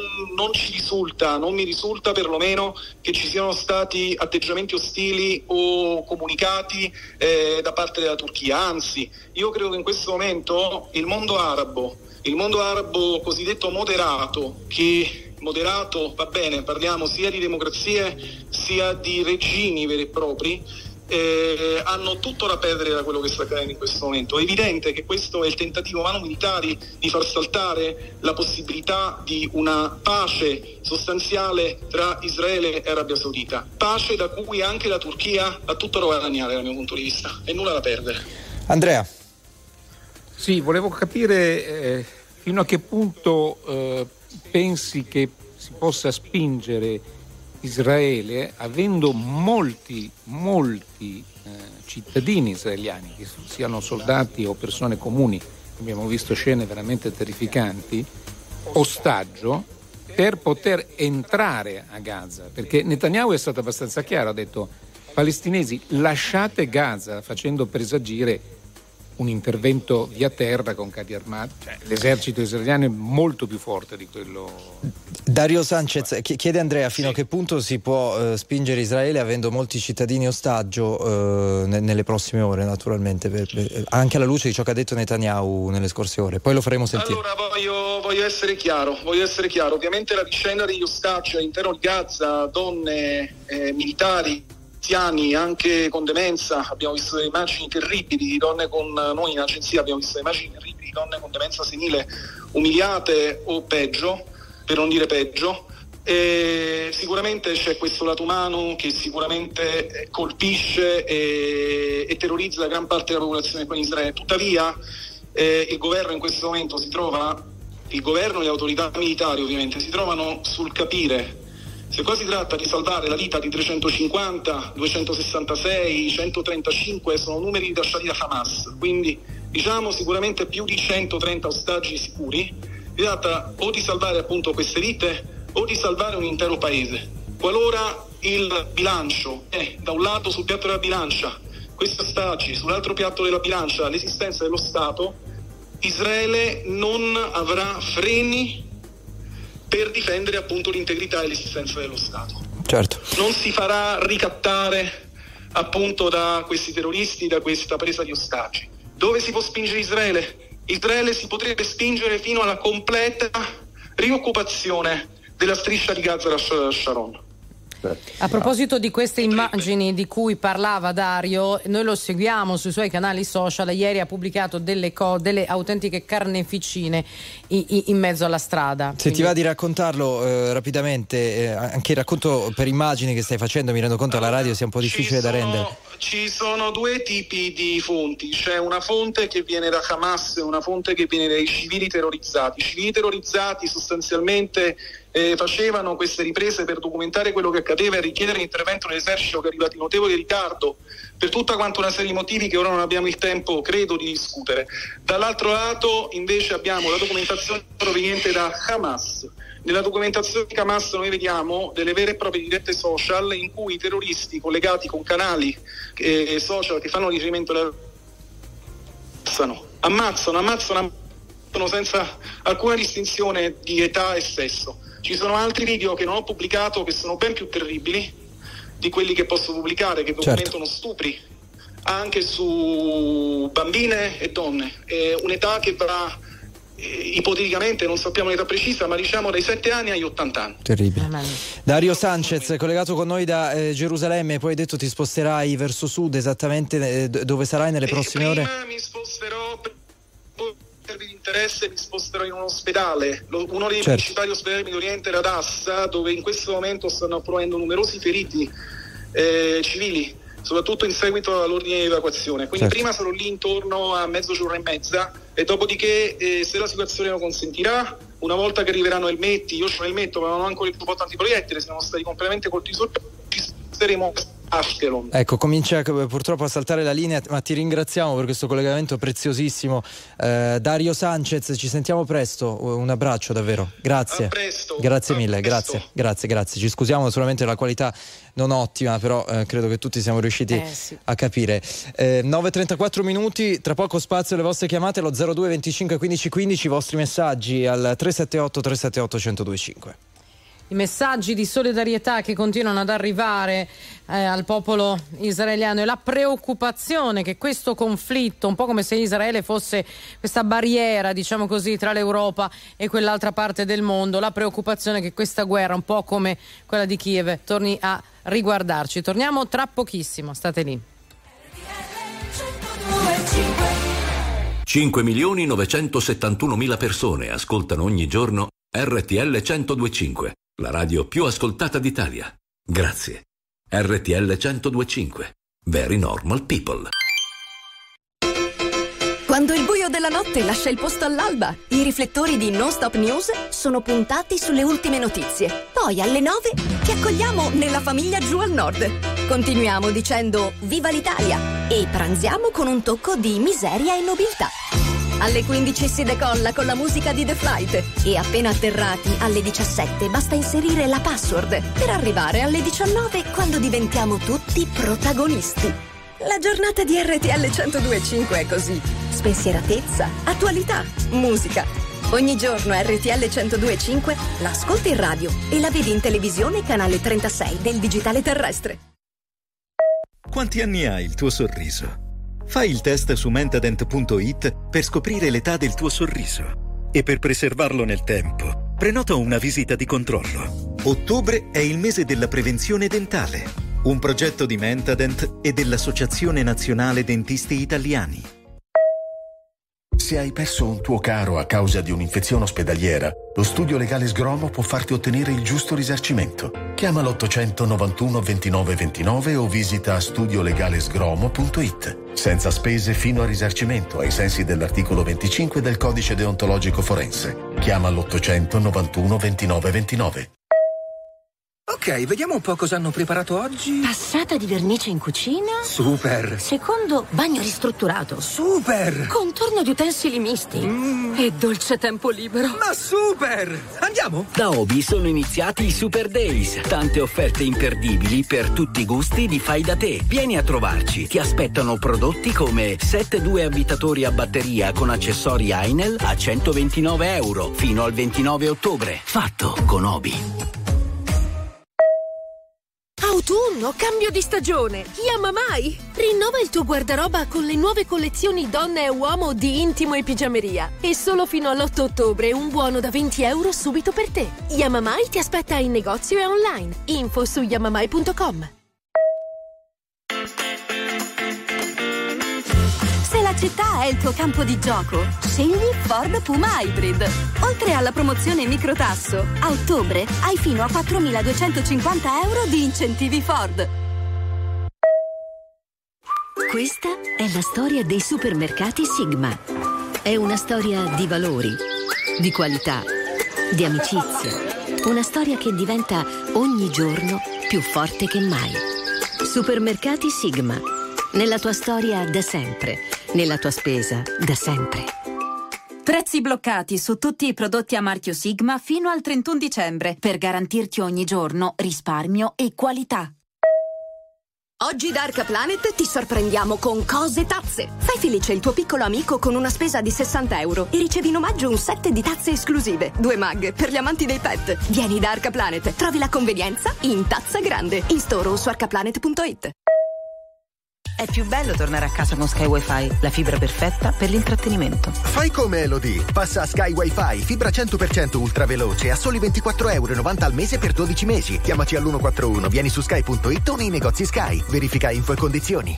mi risulta perlomeno che ci siano stati atteggiamenti ostili o comunicati da parte della Turchia. Anzi, io credo che in questo momento il mondo arabo cosiddetto moderato, che moderato va bene, parliamo sia di democrazie sia di regimi veri e propri, hanno tutto da perdere da quello che sta accadendo in questo momento. È evidente che questo è il tentativo manu militari di far saltare la possibilità di una pace sostanziale tra Israele e Arabia Saudita, pace da cui anche la Turchia ha tutto da guadagnare dal mio punto di vista e nulla da perdere. Andrea. Sì, volevo capire fino a che punto pensi che si possa spingere Israele, avendo molti cittadini israeliani, che siano soldati o persone comuni, abbiamo visto scene veramente terrificanti, ostaggio, per poter entrare a Gaza, perché Netanyahu è stato abbastanza chiaro, ha detto: palestinesi, lasciate Gaza, facendo presagire un intervento via terra con carri armati. Cioè, l'esercito israeliano è molto più forte di quello. Dario Sanchez chiede Andrea fino a che punto si può spingere Israele avendo molti cittadini ostaggio nelle prossime ore, naturalmente, anche alla luce di ciò che ha detto Netanyahu nelle scorse ore. Poi lo faremo sentire. Allora voglio essere chiaro. Ovviamente la vicenda degli ostaggi all'interno di Gaza, donne, militari, anziani, anche con demenza, abbiamo visto delle immagini terribili di donne noi in agenzia abbiamo visto delle immagini terribili di donne con demenza senile umiliate o peggio, per non dire peggio, e sicuramente c'è questo lato umano che sicuramente colpisce e terrorizza la gran parte della popolazione qua in Israele. Tuttavia il governo in questo momento il governo e le autorità militari ovviamente si trovano sul capire se qua si tratta di salvare la vita di 350, 266, 135 sono numeri lasciati da Hamas, quindi diciamo sicuramente più di 130 ostaggi sicuri. Si tratta o di salvare appunto queste vite o di salvare un intero paese. Qualora il bilancio è da un lato sul piatto della bilancia questi ostaggi, sull'altro piatto della bilancia l'esistenza dello Stato, Israele non avrà freni per difendere appunto l'integrità e l'esistenza dello Stato. Certo. Non si farà ricattare appunto da questi terroristi, da questa presa di ostaggi. Dove si può spingere Israele? Israele si potrebbe spingere fino alla completa rioccupazione della striscia di Gaza da Sharon. A proposito di queste immagini di cui parlava Dario, noi lo seguiamo sui suoi canali social. Ieri ha pubblicato delle autentiche carneficine in mezzo alla strada. Se ti va di raccontarlo rapidamente, anche il racconto per immagini che stai facendo, mi rendo conto alla radio sia un po' difficile da rendere. Ci sono due tipi di fonti, c'è una fonte che viene da Hamas e una fonte che viene dai civili terrorizzati. I civili terrorizzati sostanzialmente facevano queste riprese per documentare quello che accadeva e richiedere l'intervento dell'esercito, che è arrivato in notevole ritardo per tutta quanta una serie di motivi che ora non abbiamo il tempo, credo, di discutere. Dall'altro lato invece abbiamo la documentazione proveniente da Hamas. Nella documentazione di Hamas noi vediamo delle vere e proprie dirette social in cui i terroristi collegati con canali social che fanno riferimento alla ammazzano senza alcuna distinzione di età e sesso. Ci sono altri video che non ho pubblicato che sono ben più terribili di quelli che posso pubblicare, che documentano stupri anche su bambine e donne, un'età che va ipoteticamente, non sappiamo l'età precisa, ma diciamo dai 7 anni agli 80 anni. Terribile. Dario Sanchez, collegato con noi da Gerusalemme, poi hai detto ti sposterai verso sud, esattamente dove sarai nelle prossime ore? Mi sposterò di interesse, mi sposterò in un ospedale, uno dei principali ospedali del Medio Oriente, Radassa, dove in questo momento stanno approvando numerosi feriti civili, soprattutto in seguito all'ordine di evacuazione. Quindi prima sarò lì intorno a mezzogiorno e mezza e dopodiché se la situazione lo consentirà, una volta che arriveranno elmetti, io ho l'elmetto ma non ho ancora il giubbotto antiproiettile, siamo stati completamente colti sotto, ci sposteremo Ashkelon. Ecco, comincia purtroppo a saltare la linea, ma ti ringraziamo per questo collegamento preziosissimo. Dario Sanchez, ci sentiamo presto, un abbraccio davvero, grazie. A presto. Grazie mille, presto. grazie. Ci scusiamo solamente la qualità non ottima, però credo che tutti siamo riusciti a capire. 9:34 minuti, tra poco spazio alle vostre chiamate allo 02 25 15 15, i vostri messaggi al 378 378 1025. I messaggi di solidarietà che continuano ad arrivare al popolo israeliano e la preoccupazione che questo conflitto, un po' come se Israele fosse questa barriera, diciamo così, tra l'Europa e quell'altra parte del mondo, la preoccupazione che questa guerra, un po' come quella di Kiev, torni a riguardarci. Torniamo tra pochissimo, state lì. 5.971.000 persone ascoltano ogni giorno RTL 102.5. La radio più ascoltata d'Italia. Grazie. RTL 102.5. Very normal people. Quando il buio della notte lascia il posto all'alba, i riflettori di Non Stop News sono puntati sulle ultime notizie. Poi alle 9 ti accogliamo nella famiglia giù al nord. Continuiamo dicendo Viva l'Italia e pranziamo con un tocco di miseria e nobiltà. Alle 15 si decolla con la musica di The Flight e appena atterrati alle 17 basta inserire la password per arrivare alle 19 quando diventiamo tutti protagonisti. La giornata di RTL 102.5 è così: spensieratezza, attualità, musica. Ogni giorno RTL 102.5 l'ascolti in radio e la vedi in televisione canale 36 del digitale terrestre. Quanti anni ha il tuo sorriso? Fai il test su Mentadent.it per scoprire l'età del tuo sorriso. E per preservarlo nel tempo, prenota una visita di controllo. Ottobre è il mese della prevenzione dentale. Un progetto di Mentadent e dell'Associazione Nazionale Dentisti Italiani. Se hai perso un tuo caro a causa di un'infezione ospedaliera, lo studio legale Sgromo può farti ottenere il giusto risarcimento. Chiama l'800 91 29 29 o visita studiolegalesgromo.it. Senza spese fino a risarcimento ai sensi dell'articolo 25 del Codice Deontologico Forense. Chiama l'800 91 29 29. Ok, vediamo un po' cosa hanno preparato oggi. Passata di vernice in cucina. Super. Secondo, bagno ristrutturato. Super. Contorno di utensili misti. E dolce tempo libero. Ma super! Andiamo? Da Obi sono iniziati i Super Days. Tante offerte imperdibili per tutti i gusti di fai da te. Vieni a trovarci. Ti aspettano prodotti come 7-2 avvitatori a batteria con accessori Ainel a €129 fino al 29 ottobre. Fatto con Obi. Autunno, cambio di stagione, Yamamai! Rinnova il tuo guardaroba con le nuove collezioni donna e uomo di intimo e pigiameria. E solo fino all'8 ottobre un buono da €20 subito per te. Yamamai ti aspetta in negozio e online. Info su yamamai.com. Se la città è il tuo campo di gioco, scegli Ford Puma Hybrid. Oltre alla promozione microtasso, a ottobre hai fino a €4.250 di incentivi Ford. Questa è la storia dei supermercati Sigma. È una storia di valori, di qualità, di amicizia. Una storia che diventa ogni giorno più forte che mai. Supermercati Sigma. Nella tua storia da sempre. Nella tua spesa da sempre. Prezzi bloccati su tutti i prodotti a marchio Sigma fino al 31 dicembre per garantirti ogni giorno risparmio e qualità. Oggi da Arca Planet ti sorprendiamo con cose tazze. Fai felice il tuo piccolo amico con una spesa di €60 e ricevi in omaggio un set di tazze esclusive. 2 mug per gli amanti dei pet. Vieni da Arca Planet, trovi la convenienza in tazza grande. In store o su arcaplanet.it. È più bello tornare a casa con Sky Wi-Fi, la fibra perfetta per l'intrattenimento. Fai come Elodie, passa a Sky Wi-Fi, fibra 100% ultraveloce a soli €24,90 al mese per 12 mesi. Chiamaci all'141, vieni su sky.it o nei negozi Sky. Verifica info e condizioni.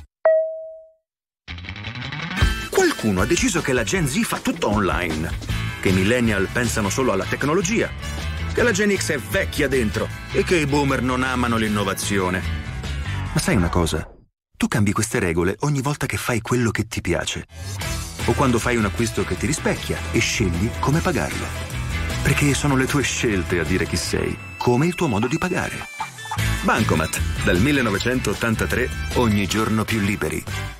Qualcuno ha deciso che la Gen Z fa tutto online, che i millennial pensano solo alla tecnologia, che la Gen X è vecchia dentro e che i boomer non amano l'innovazione. Ma sai una cosa? Tu cambi queste regole ogni volta che fai quello che ti piace o quando fai un acquisto che ti rispecchia e scegli come pagarlo. Perché sono le tue scelte a dire chi sei, come il tuo modo di pagare. Bancomat, dal 1983, ogni giorno più liberi.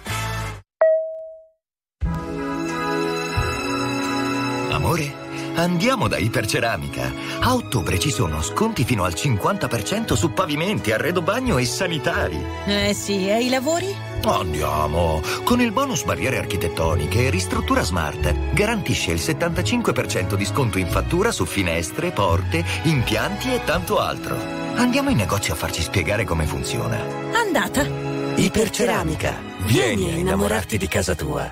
Amore, andiamo da Iperceramica. A ottobre ci sono sconti fino al 50% su pavimenti, arredo bagno e sanitari. Sì, e i lavori? Andiamo! Con il bonus barriere architettoniche e ristruttura smart garantisce il 75% di sconto in fattura su finestre, porte, impianti e tanto altro. Andiamo in negozio a farci spiegare come funziona. Andata! Iperceramica. Vieni a innamorarti di casa tua.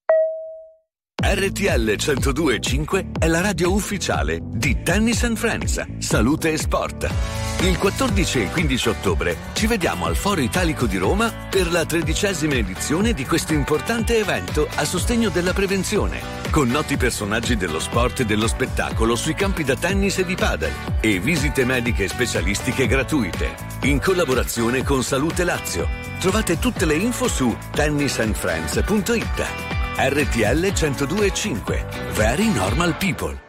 RTL 102.5 è la radio ufficiale di Tennis and Friends, Salute e Sport. Il 14 e 15 ottobre ci vediamo al Foro Italico di Roma per la 13ª edizione di questo importante evento a sostegno della prevenzione, con noti personaggi dello sport e dello spettacolo sui campi da tennis e di padel e visite mediche e specialistiche gratuite, in collaborazione con Salute Lazio. Trovate tutte le info su tennisandfriends.it. RTL 102.5. Very Normal People.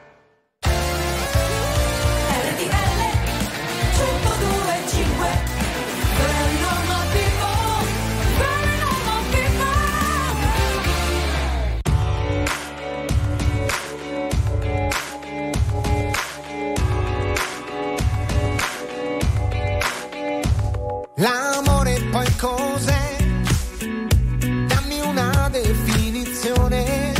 L'amore poi cos'è? Dammi una definizione.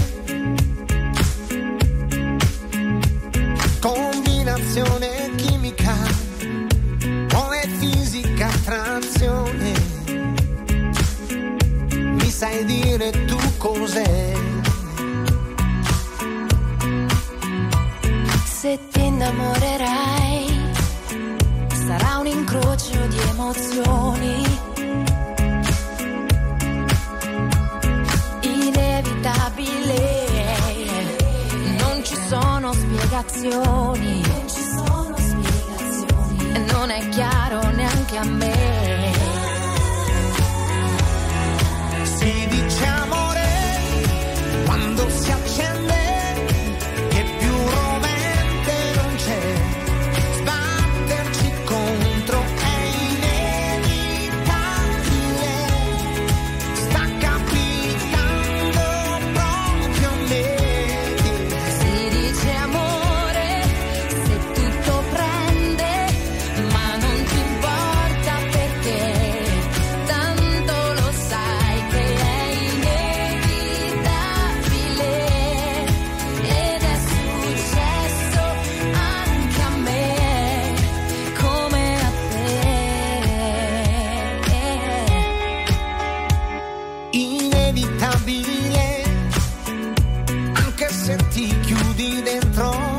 Combinazione chimica o è fisica attrazione? Mi sai dire tu cos'è? Se ti innamorerai sarà un incrocio di emozioni inevitabile, non ci sono spiegazioni, e non è chiaro neanche a me. Si dice amore quando si accende, che più rovente non c'è. Sbatterci contro è inevitabile, sta capitando proprio a me. Si dice amore se tutto prende, ma non ti importa perché tanto lo sai che è inevitabile, ed è successo anche a me come a te. Inevitabile, anche se ti chiudi dentro.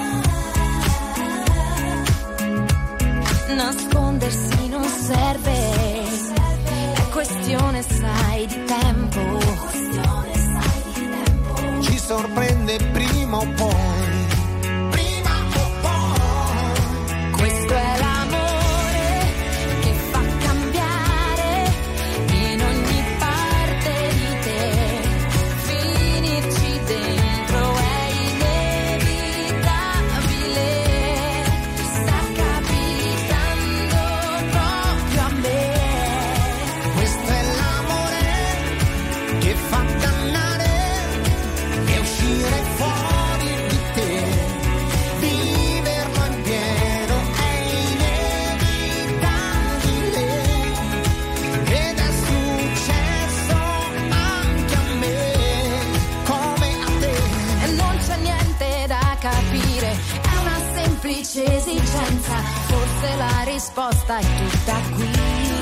Nascondersi non serve, è questione sai di tempo. Ci sorprende prima o poi. Prima o poi. Questo è l'amore che fa cambiare in ogni parte di te. Finirci dentro è inevitabile, sta capitando proprio a me. Questo è l'amore che fa dannare e uscire fuori di te. Viverlo in pieno è inevitabile, ed è successo anche a me come a te. E non c'è niente da capire, è una semplice esigenza, forse la risposta è tutta qui.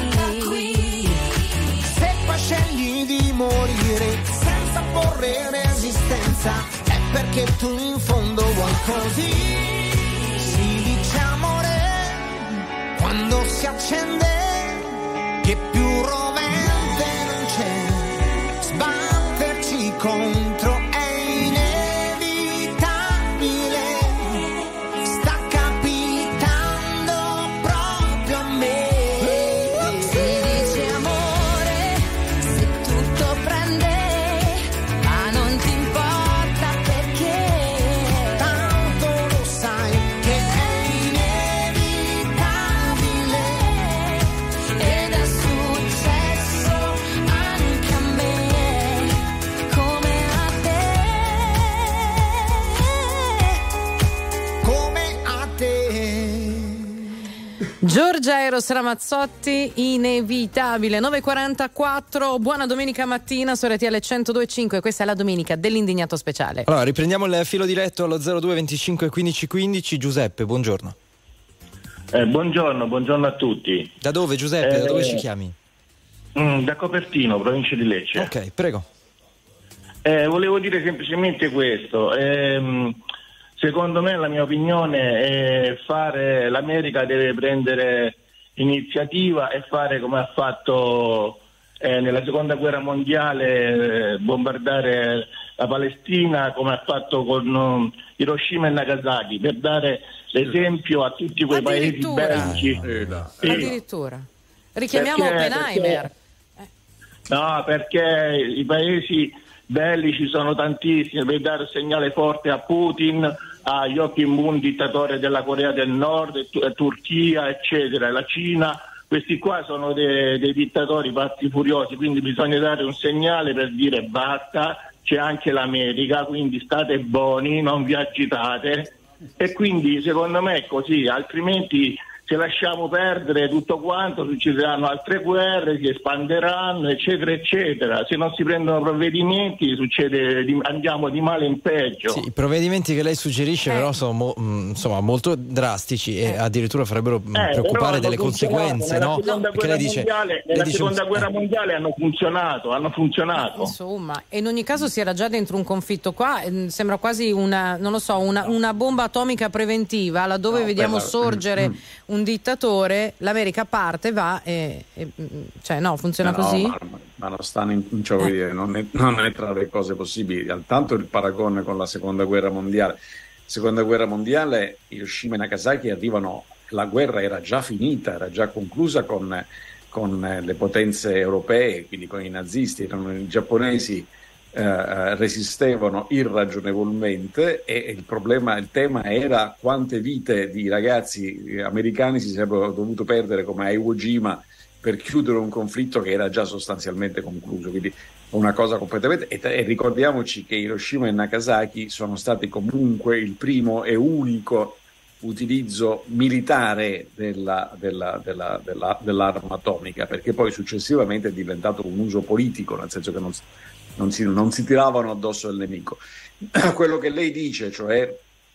Se poi scegli di morire senza porre resistenza, è perché tu in fondo vuoi così. Si dice amore quando si accende, che più rovente non c'è. Sbatterci contro è inevitabile, sta capitando proprio a me. Si dice amore se tutto prende, ma non ti importa perché tanto lo sai che è inevitabile, Giorgia Eros Ramazzotti, inevitabile. 9:44, buona domenica mattina su RTL 102.5, questa è la domenica dell'indignato speciale. Allora, riprendiamo il filo diretto allo 02 25 15 15. Giuseppe, buongiorno. Buongiorno a tutti. Da dove, Giuseppe? Da dove ci chiami? Da Copertino, provincia di Lecce. Ok, prego. Volevo dire semplicemente questo. Secondo me, la mia opinione è l'America deve prendere iniziativa e fare come ha fatto nella seconda guerra mondiale, bombardare la Palestina, come ha fatto con Hiroshima e Nagasaki, per dare l'esempio a tutti quei paesi bellici. Addirittura. Richiamiamo Oppenheimer. No, perché i paesi bellici sono tantissimi, per dare un segnale forte a Putin, a Kim Jong-un, dittatore della Corea del Nord, Turchia, eccetera, la Cina. Questi qua sono dei dittatori pazzi furiosi, quindi bisogna dare un segnale per dire basta, c'è anche l'America, quindi state buoni, non vi agitate. E quindi secondo me è così, altrimenti se lasciamo perdere tutto quanto succederanno altre guerre, si espanderanno, eccetera eccetera. Se non si prendono provvedimenti andiamo di male in peggio. Sì, i provvedimenti che lei suggerisce però sono molto drastici e addirittura farebbero preoccupare delle conseguenze, no? Perché nella seconda guerra mondiale hanno funzionato. Insomma, e in ogni caso si era già dentro un conflitto qua, sembra quasi una bomba atomica preventiva, laddove vediamo sorgere un dittatore, l'America parte, va funziona così? Ma non stanno non è tra le cose possibili. Tanto il paragone con la seconda guerra mondiale. Seconda guerra mondiale, Hiroshima e Nagasaki arrivano, la guerra era già finita, era già conclusa con le potenze europee, quindi con i nazisti, erano i giapponesi. Resistevano irragionevolmente e il tema era quante vite di ragazzi americani si sarebbero dovuto perdere come a Iwo Jima per chiudere un conflitto che era già sostanzialmente concluso, quindi una cosa completamente e ricordiamoci che Hiroshima e Nagasaki sono stati comunque il primo e unico utilizzo militare dell'arma atomica, perché poi successivamente è diventato un uso politico, nel senso che non si tiravano addosso al nemico. Quello che lei dice, cioè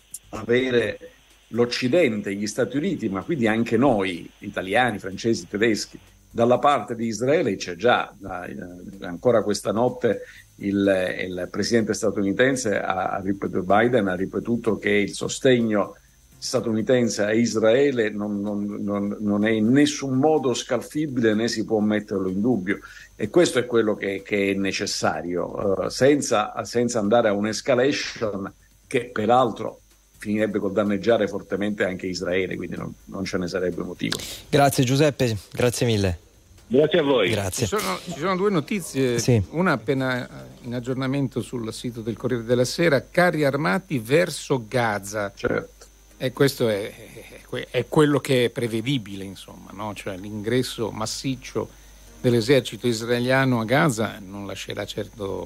avere l'Occidente, gli Stati Uniti, ma quindi anche noi, italiani, francesi, tedeschi, dalla parte di Israele c'è già. Ancora questa notte il presidente statunitense Biden ha ripetuto che il sostegno statunitense a Israele non è in nessun modo scalfibile né si può metterlo in dubbio, e questo è quello che è necessario, senza andare a un'escalation che peraltro finirebbe col danneggiare fortemente anche Israele, quindi non ce ne sarebbe motivo. Grazie Giuseppe, grazie mille. Grazie a voi. Grazie. Ci sono due notizie, sì. Una appena in aggiornamento sul sito del Corriere della Sera: carri armati verso Gaza. Certo. E questo è quello che è prevedibile, insomma, no? Cioè l'ingresso massiccio dell'esercito israeliano a Gaza non lascerà certo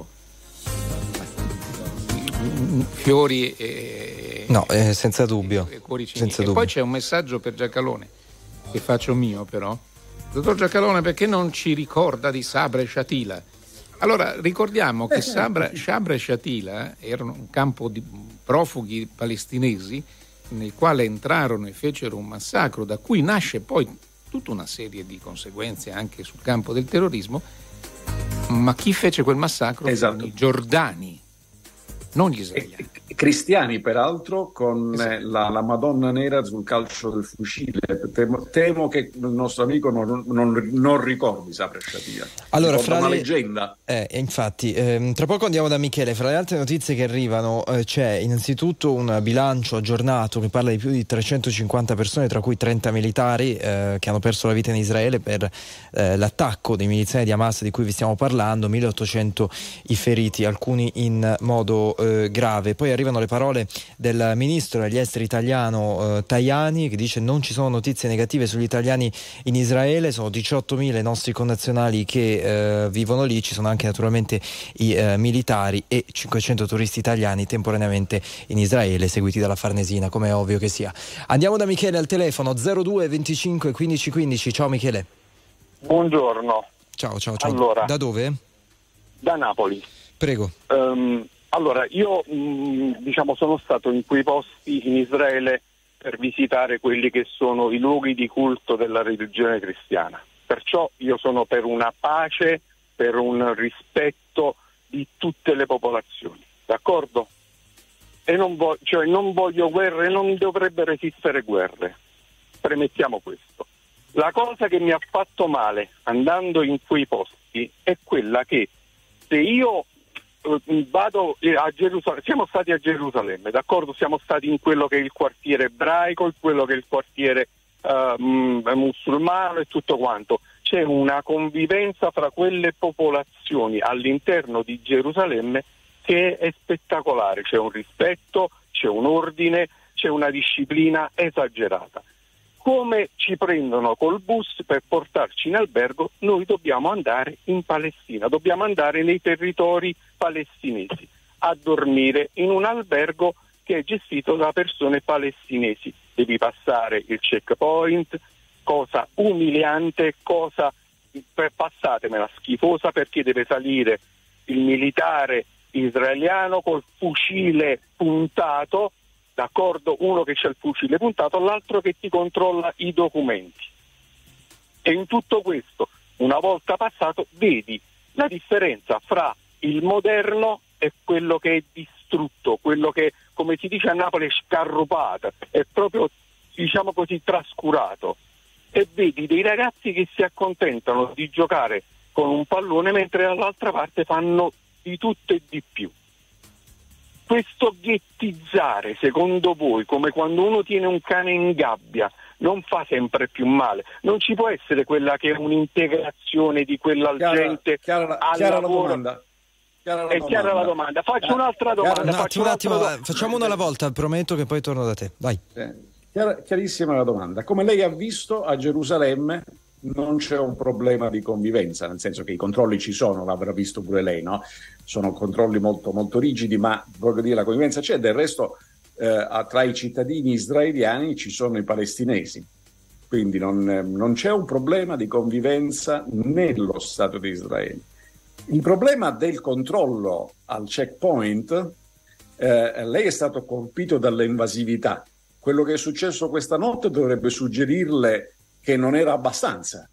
fiori e senza dubbio. Senza dubbio. Poi c'è un messaggio per Giacalone che faccio mio, però. Dottor Giacalone, perché non ci ricorda di Sabra e Shatila? Allora, ricordiamo che Sabra e Shatila erano un campo di profughi palestinesi nel quale entrarono e fecero un massacro, da cui nasce poi tutta una serie di conseguenze anche sul campo del terrorismo. Ma chi fece quel massacro? Esatto. I giordani, non gli israeliani. Cristiani, peraltro, con la Madonna nera sul calcio del fucile. Temo che il nostro amico non ricordi Sabra Shatila. Allora, fra una leggenda. Infatti, tra poco andiamo da Michele. Fra le altre notizie che arrivano c'è innanzitutto un bilancio aggiornato che parla di più di 350 persone, tra cui 30 militari che hanno perso la vita in Israele per l'attacco dei miliziani di Hamas di cui vi stiamo parlando, 1800 i feriti, alcuni in modo grave. Poi arrivano le parole del ministro degli esteri italiano Tajani, che dice: non ci sono notizie negative sugli italiani in Israele, sono 18.000 i nostri connazionali che vivono lì, ci sono anche naturalmente i militari e 500 turisti italiani temporaneamente in Israele, seguiti dalla Farnesina, come è ovvio che sia. Andiamo da Michele al telefono 02 25 15 15. Ciao Michele. Buongiorno. Ciao. Allora, da dove? Da Napoli. Prego. Allora, io sono stato in quei posti in Israele per visitare quelli che sono i luoghi di culto della religione cristiana. Perciò io sono per una pace, per un rispetto di tutte le popolazioni, d'accordo? E non voglio guerre, non dovrebbero esistere guerre. Premettiamo questo. La cosa che mi ha fatto male andando in quei posti è quella che se io vado a Gerusalemme, siamo stati a Gerusalemme, d'accordo? Siamo stati in quello che è il quartiere ebraico, in quello che è il quartiere musulmano e tutto quanto. C'è una convivenza fra quelle popolazioni all'interno di Gerusalemme che è spettacolare, c'è un rispetto, c'è un ordine, c'è una disciplina esagerata. Come ci prendono col bus per portarci in albergo, noi dobbiamo andare in Palestina, dobbiamo andare nei territori palestinesi, a dormire in un albergo che è gestito da persone palestinesi. Devi passare il checkpoint, cosa umiliante, cosa, passatemela, schifosa, perché deve salire il militare israeliano col fucile puntato, d'accordo? Uno che c'ha il fucile puntato, l'altro che ti controlla i documenti. E in tutto questo, una volta passato, vedi la differenza fra il moderno e quello che è distrutto, quello che, come si dice a Napoli, è scarrupato, è proprio, diciamo così, trascurato. E vedi dei ragazzi che si accontentano di giocare con un pallone mentre dall'altra parte fanno di tutto e di più. Questo ghettizzare, secondo voi, come quando uno tiene un cane in gabbia, non fa sempre più male? Non ci può essere quella che è un'integrazione di quella gente al lavoro? È chiara la domanda. Faccio un'altra domanda. Facciamo una alla volta, prometto che poi torno da te. Vai. Chiarissima la domanda. Come lei ha visto, a Gerusalemme non c'è un problema di convivenza, nel senso che i controlli ci sono, l'avrà visto pure lei, no? Sono controlli molto, molto rigidi, ma voglio dire, la convivenza c'è. Del resto tra i cittadini israeliani ci sono i palestinesi, quindi non c'è un problema di convivenza nello Stato di Israele. Il problema del controllo al checkpoint, lei è stato colpito dall'invasività. Quello che è successo questa notte dovrebbe suggerirle che non era abbastanza.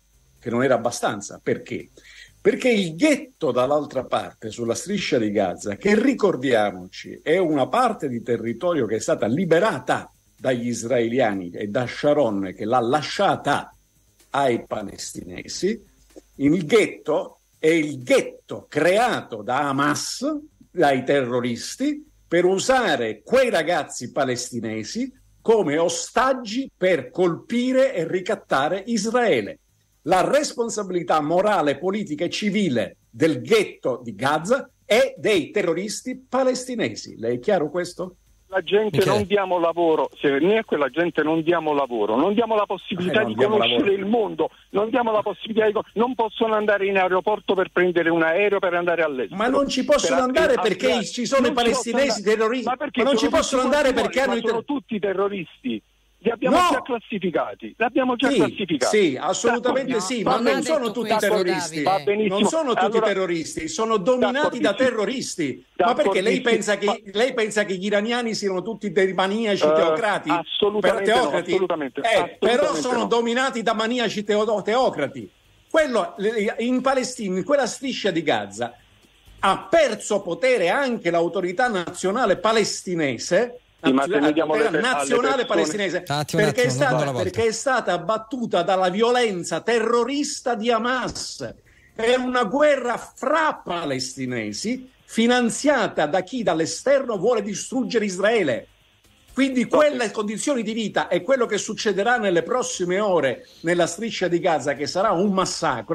Perché? Perché il ghetto dall'altra parte, sulla striscia di Gaza, che ricordiamoci è una parte di territorio che è stata liberata dagli israeliani e da Sharon, che l'ha lasciata ai palestinesi, il ghetto è il ghetto creato da Hamas, dai terroristi, per usare quei ragazzi palestinesi come ostaggi per colpire e ricattare Israele. La responsabilità morale, politica e civile del ghetto di Gaza è dei terroristi palestinesi. Le è chiaro questo? La gente non diamo lavoro, se noi a quella gente non diamo lavoro, non diamo la possibilità di conoscere il mondo, non diamo la possibilità non possono andare in aeroporto per prendere un aereo per andare all'estero. Ma non ci possono andare perché ci sono i palestinesi terroristi. Ma non ci possono andare perché hanno sono tutti terroristi. Li abbiamo già classificati. Sì, assolutamente sì, ma non sono tutti terroristi. Non sono tutti terroristi, sono dominati da terroristi. Ma perché lei pensa che gli iraniani siano tutti dei maniaci teocrati? Assolutamente teocrati? No, assolutamente. Però sono dominati da maniaci teocrati. Quello in Palestina, in quella striscia di Gaza, ha perso potere anche l'autorità nazionale palestinese. Nazionale palestinese, perché è stata abbattuta dalla violenza terrorista di Hamas. È una guerra fra palestinesi finanziata da chi dall'esterno vuole distruggere Israele. Quindi quelle condizioni di vita e quello che succederà nelle prossime ore nella striscia di Gaza, che sarà un massacro,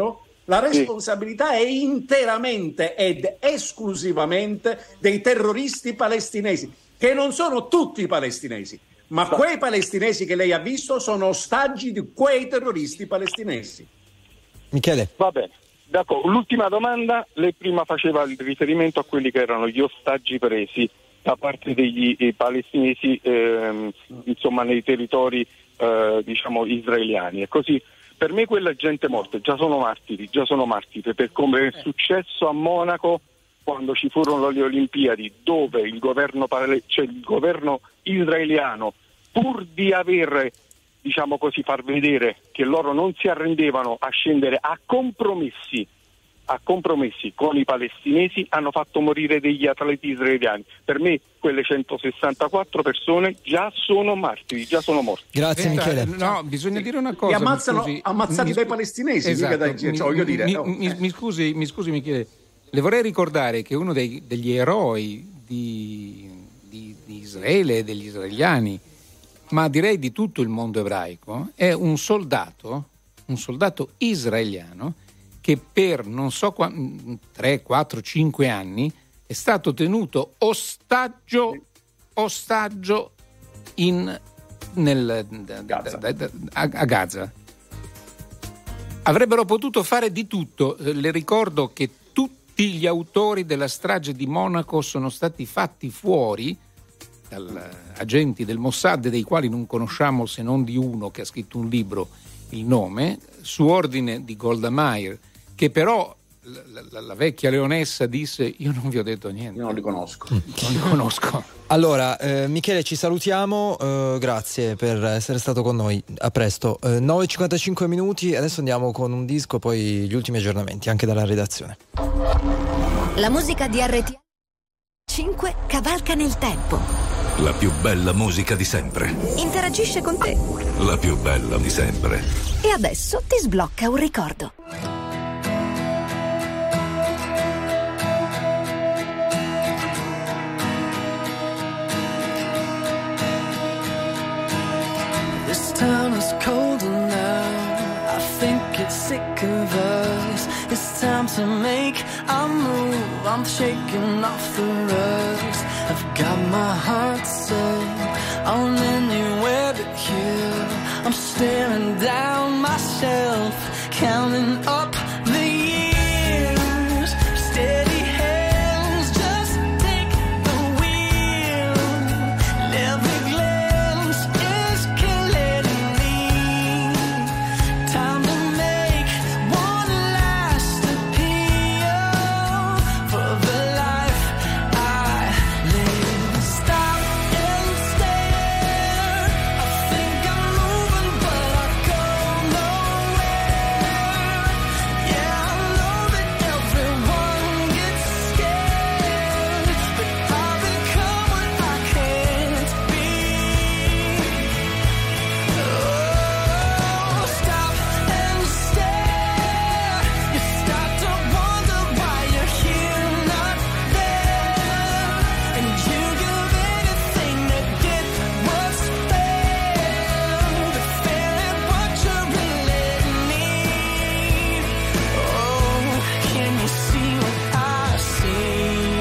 La responsabilità è interamente ed esclusivamente dei terroristi palestinesi, che non sono tutti palestinesi, ma quei palestinesi che lei ha visto sono ostaggi di quei terroristi palestinesi. Michele. Va bene. D'accordo. L'ultima domanda, lei prima faceva il riferimento a quelli che erano gli ostaggi presi da parte degli palestinesi insomma nei territori diciamo israeliani, e così per me quella gente morta già sono martiri per come è successo a Monaco quando ci furono le Olimpiadi, dove il governo israeliano, pur di aver, diciamo così, far vedere che loro non si arrendevano a scendere a compromessi con i palestinesi, hanno fatto morire degli atleti israeliani. Per me quelle 164 persone già sono martiri, già sono morti. Grazie Michele. No, bisogna dire una cosa. Ammazzati dai palestinesi. Esatto. Mi scusi Michele, le vorrei ricordare che uno degli eroi di Israele e degli israeliani, ma direi di tutto il mondo ebraico, è un soldato israeliano che per non so 3, 4, 5 anni è stato tenuto ostaggio a Gaza. Avrebbero potuto fare di tutto. Le ricordo che tutti gli autori della strage di Monaco sono stati fatti fuori dagli agenti del Mossad, dei quali non conosciamo se non di uno che ha scritto un libro il nome, su ordine di Golda Meir, che però la vecchia leonessa disse: io non vi ho detto niente. Io non li conosco. Allora, Michele, ci salutiamo, grazie per essere stato con noi, a presto. 9:55 minuti, adesso andiamo con un disco, poi gli ultimi aggiornamenti anche dalla redazione. La musica di RTL 5 cavalca nel tempo. La più bella musica di sempre. Interagisce con te. La più bella di sempre. E adesso ti sblocca un ricordo. This town is colder now. I think it's sick of us. It's time to make a move. I'm shaking off the rust. I've got my heart set on anywhere but here. I'm staring down myself, counting up the years. Steady hands, just take the wheel. And every glance is killing me. Time to make one last appeal for the life I live. Stop and stare. I think I'm moving, but I go nowhere. Yeah, I know that everyone gets scared, but I've become what I can't be. Oh, stop and stare. You start to wonder why you're here, not there, and you give anything to get what's fair, to feel what you really need. Oh, can you see what I see?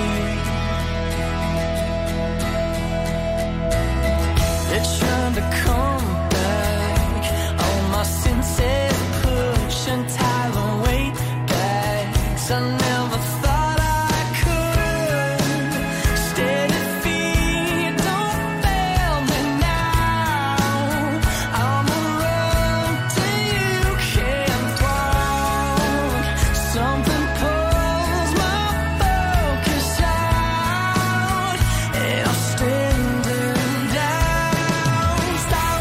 They're trying to come back. All my senses push and tie the weight back. 'Cause I never thought I could. Steady feet, don't fail me now. I'm a road till you can't walk. Something pulls my focus out, and I'm standing down. Stop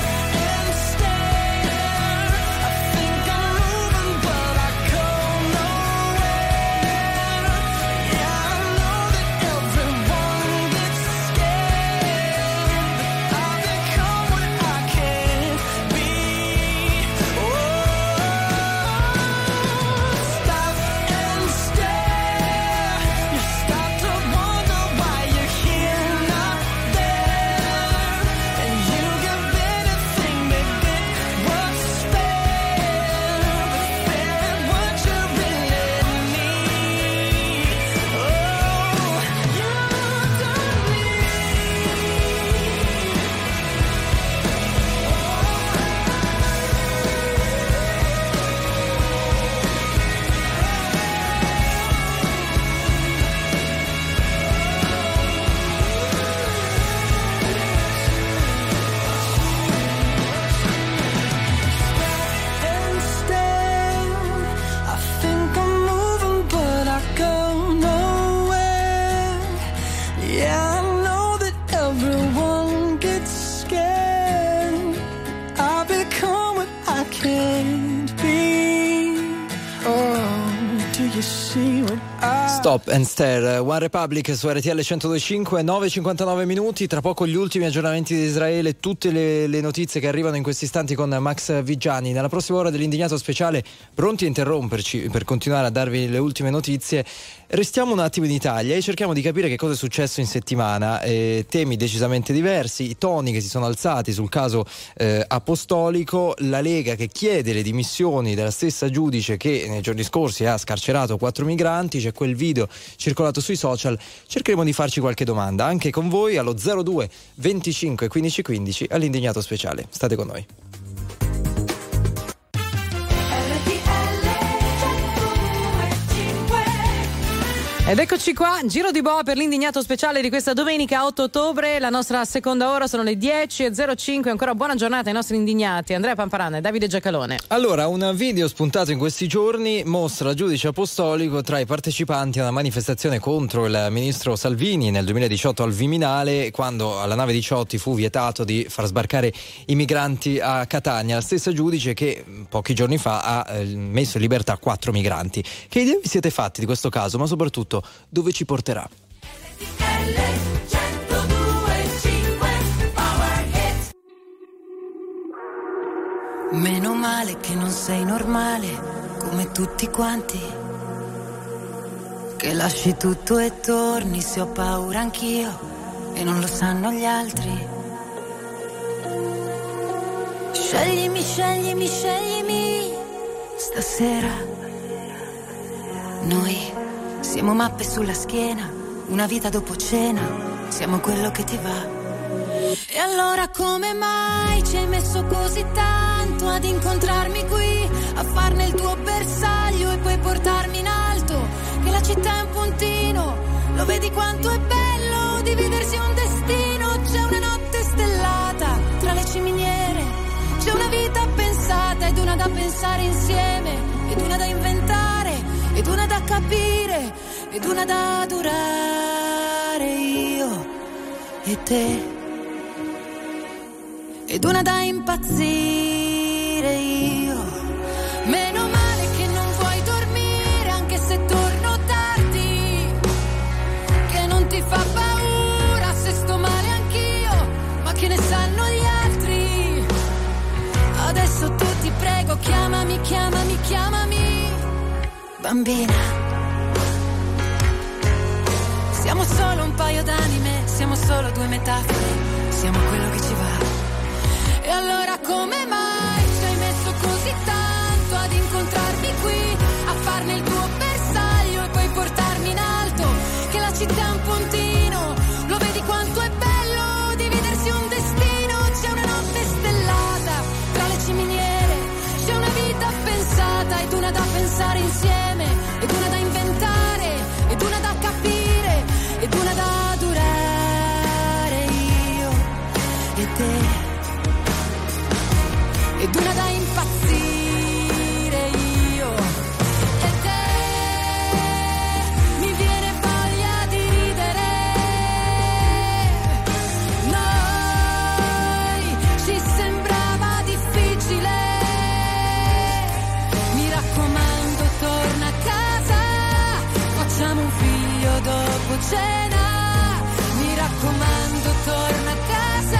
Stop and Stare, One Republic su RTL 102.5, 9:59 minuti. Tra poco gli ultimi aggiornamenti di Israele, tutte le notizie che arrivano in questi istanti con Max Vigiani. Nella prossima ora dell'Indignato Speciale, pronti a interromperci per continuare a darvi le ultime notizie. Restiamo un attimo in Italia e cerchiamo di capire che cosa è successo in settimana. Temi decisamente diversi, i toni che si sono alzati sul caso Apostolico, la Lega che chiede le dimissioni della stessa giudice che nei giorni scorsi ha scarcerato 4 migranti, c'è quel video circolato sui social. Cercheremo di farci qualche domanda anche con voi allo 02 25 15 15 all'Indignato Speciale. State con noi. Ed eccoci qua, giro di boa per l'Indignato Speciale di questa domenica 8 ottobre, la nostra seconda ora, sono le 10:05, ancora buona giornata ai nostri indignati, Andrea Pamparana e Davide Giacalone. Allora, un video spuntato in questi giorni mostra il giudice Apostolico tra i partecipanti a una manifestazione contro il ministro Salvini nel 2018 al Viminale, quando alla nave Diciotti fu vietato di far sbarcare i migranti a Catania. La stessa giudice che pochi giorni fa ha messo in libertà 4 migranti. Che idea vi siete fatti di questo caso, ma soprattutto dove ci porterà? Meno male che non sei normale come tutti quanti, che lasci tutto e torni se ho paura anch'io e non lo sanno gli altri. Sceglimi, sceglimi, sceglimi stasera. Noi siamo mappe sulla schiena, una vita dopo cena, siamo quello che ti va. E allora come mai ci hai messo così tanto ad incontrarmi qui, a farne il tuo bersaglio e poi portarmi in alto? Che la città è un puntino, lo vedi quanto è bello dividersi un destino. C'è una notte stellata tra le ciminiere, c'è una vita pensata ed una da pensare insieme, ed una da inventare, ed una da capire, ed una da durare, io e te, ed una da impazzire, io. Meno male che non vuoi dormire anche se torno tardi, che non ti fa paura se sto male anch'io, ma che ne sanno gli altri. Adesso tu ti prego, chiamami, chiamami, chiamami bambina. Siamo solo un paio d'anime, siamo solo due metafore, siamo quello che ci va. E allora come mai ci hai messo così tanto ad incontrarmi qui, a farne il tuo bersaglio e poi portarmi in alto? Che la città è un puntino, lo vedi quanto è bello dividersi un destino. C'è una notte stellata tra le ciminiere, c'è una vita pensata ed una da pensare insieme, ed una da inventare, ed una da capire, ed una da durare, io e te, ed una da impazzire, io e te. Mi viene voglia di ridere, noi ci sembrava difficile. Mi raccomando, torna a casa, facciamo un figlio dopo cena. Mi raccomando, torna a casa.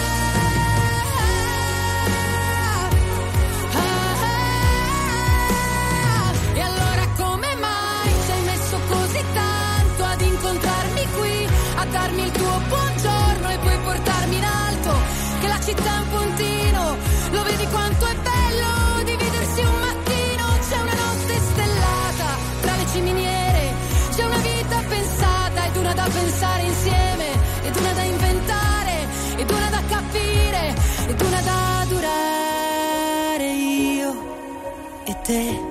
E allora come mai ci hai messo così tanto ad incontrarmi qui, a darmi il tuo buongiorno e poi portarmi in alto? Che la città è un puntino, lo vedi quanto è bello dividersi un mattino. C'è una notte stellata tra le ciminiere, c'è una vita pensata ed una da pensare insieme, ed una da inventare, ed una da capire, ed una da durare, io e te,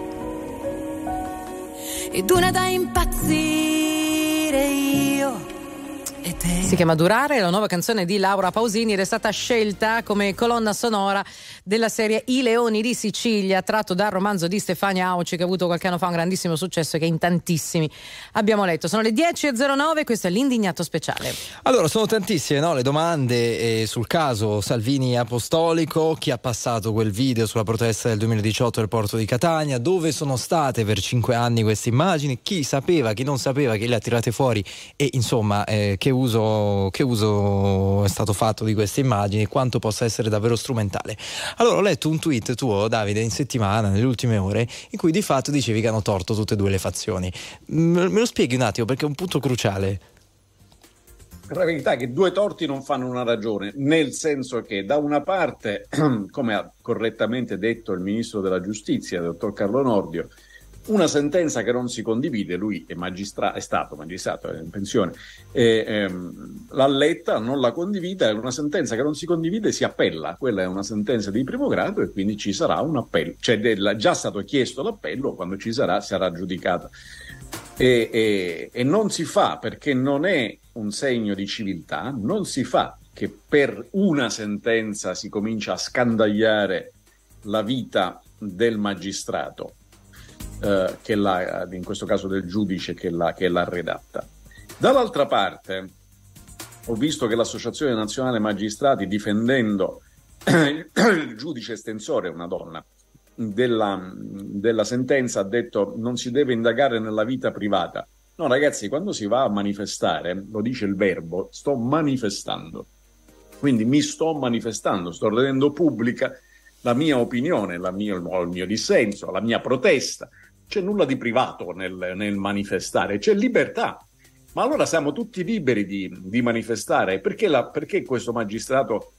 ed una da impazzire, io e Si chiama Durare, la nuova canzone di Laura Pausini, ed è stata scelta come colonna sonora della serie I Leoni di Sicilia, tratto dal romanzo di Stefania Auci, che ha avuto qualche anno fa un grandissimo successo e che in tantissimi abbiamo letto. Sono le 10.09, questo è l'Indignato Speciale. Allora, sono tantissime, no, le domande sul caso Salvini Apostolico. Chi ha passato quel video sulla protesta del 2018 al porto di Catania? Dove sono state per 5 anni queste immagini? Chi sapeva, chi non sapeva, chi le ha tirate fuori? E insomma, che uso è stato fatto di queste immagini, quanto possa essere davvero strumentale. Allora, ho letto un tweet tuo, Davide, in settimana, nelle ultime ore, in cui di fatto dicevi che hanno torto tutte e due le fazioni. Me lo spieghi un attimo, perché è un punto cruciale. La verità è che due torti non fanno una ragione, nel senso che da una parte, come ha correttamente detto il ministro della giustizia, il dottor Carlo Nordio, una sentenza che non si condivide, lui è stato magistrato, è in pensione, l'ha letta, non la condivide, una sentenza che non si condivide si appella, quella è una sentenza di primo grado e quindi ci sarà un appello, cioè già stato chiesto l'appello, quando ci sarà giudicata. E non si fa, perché non è un segno di civiltà, non si fa che per una sentenza si comincia a scandagliare la vita del magistrato, in questo caso del giudice che l'ha redatta. Dall'altra parte ho visto che l'Associazione Nazionale Magistrati, difendendo il giudice estensore, una donna, della sentenza, ha detto non si deve indagare nella vita privata. No, ragazzi, quando si va a manifestare, lo dice il verbo, sto manifestando. Quindi mi sto manifestando, sto rendendo pubblica la mia opinione, il mio dissenso, la mia protesta. C'è nulla di privato nel manifestare, c'è libertà. Ma allora siamo tutti liberi di manifestare. Perché questo magistrato,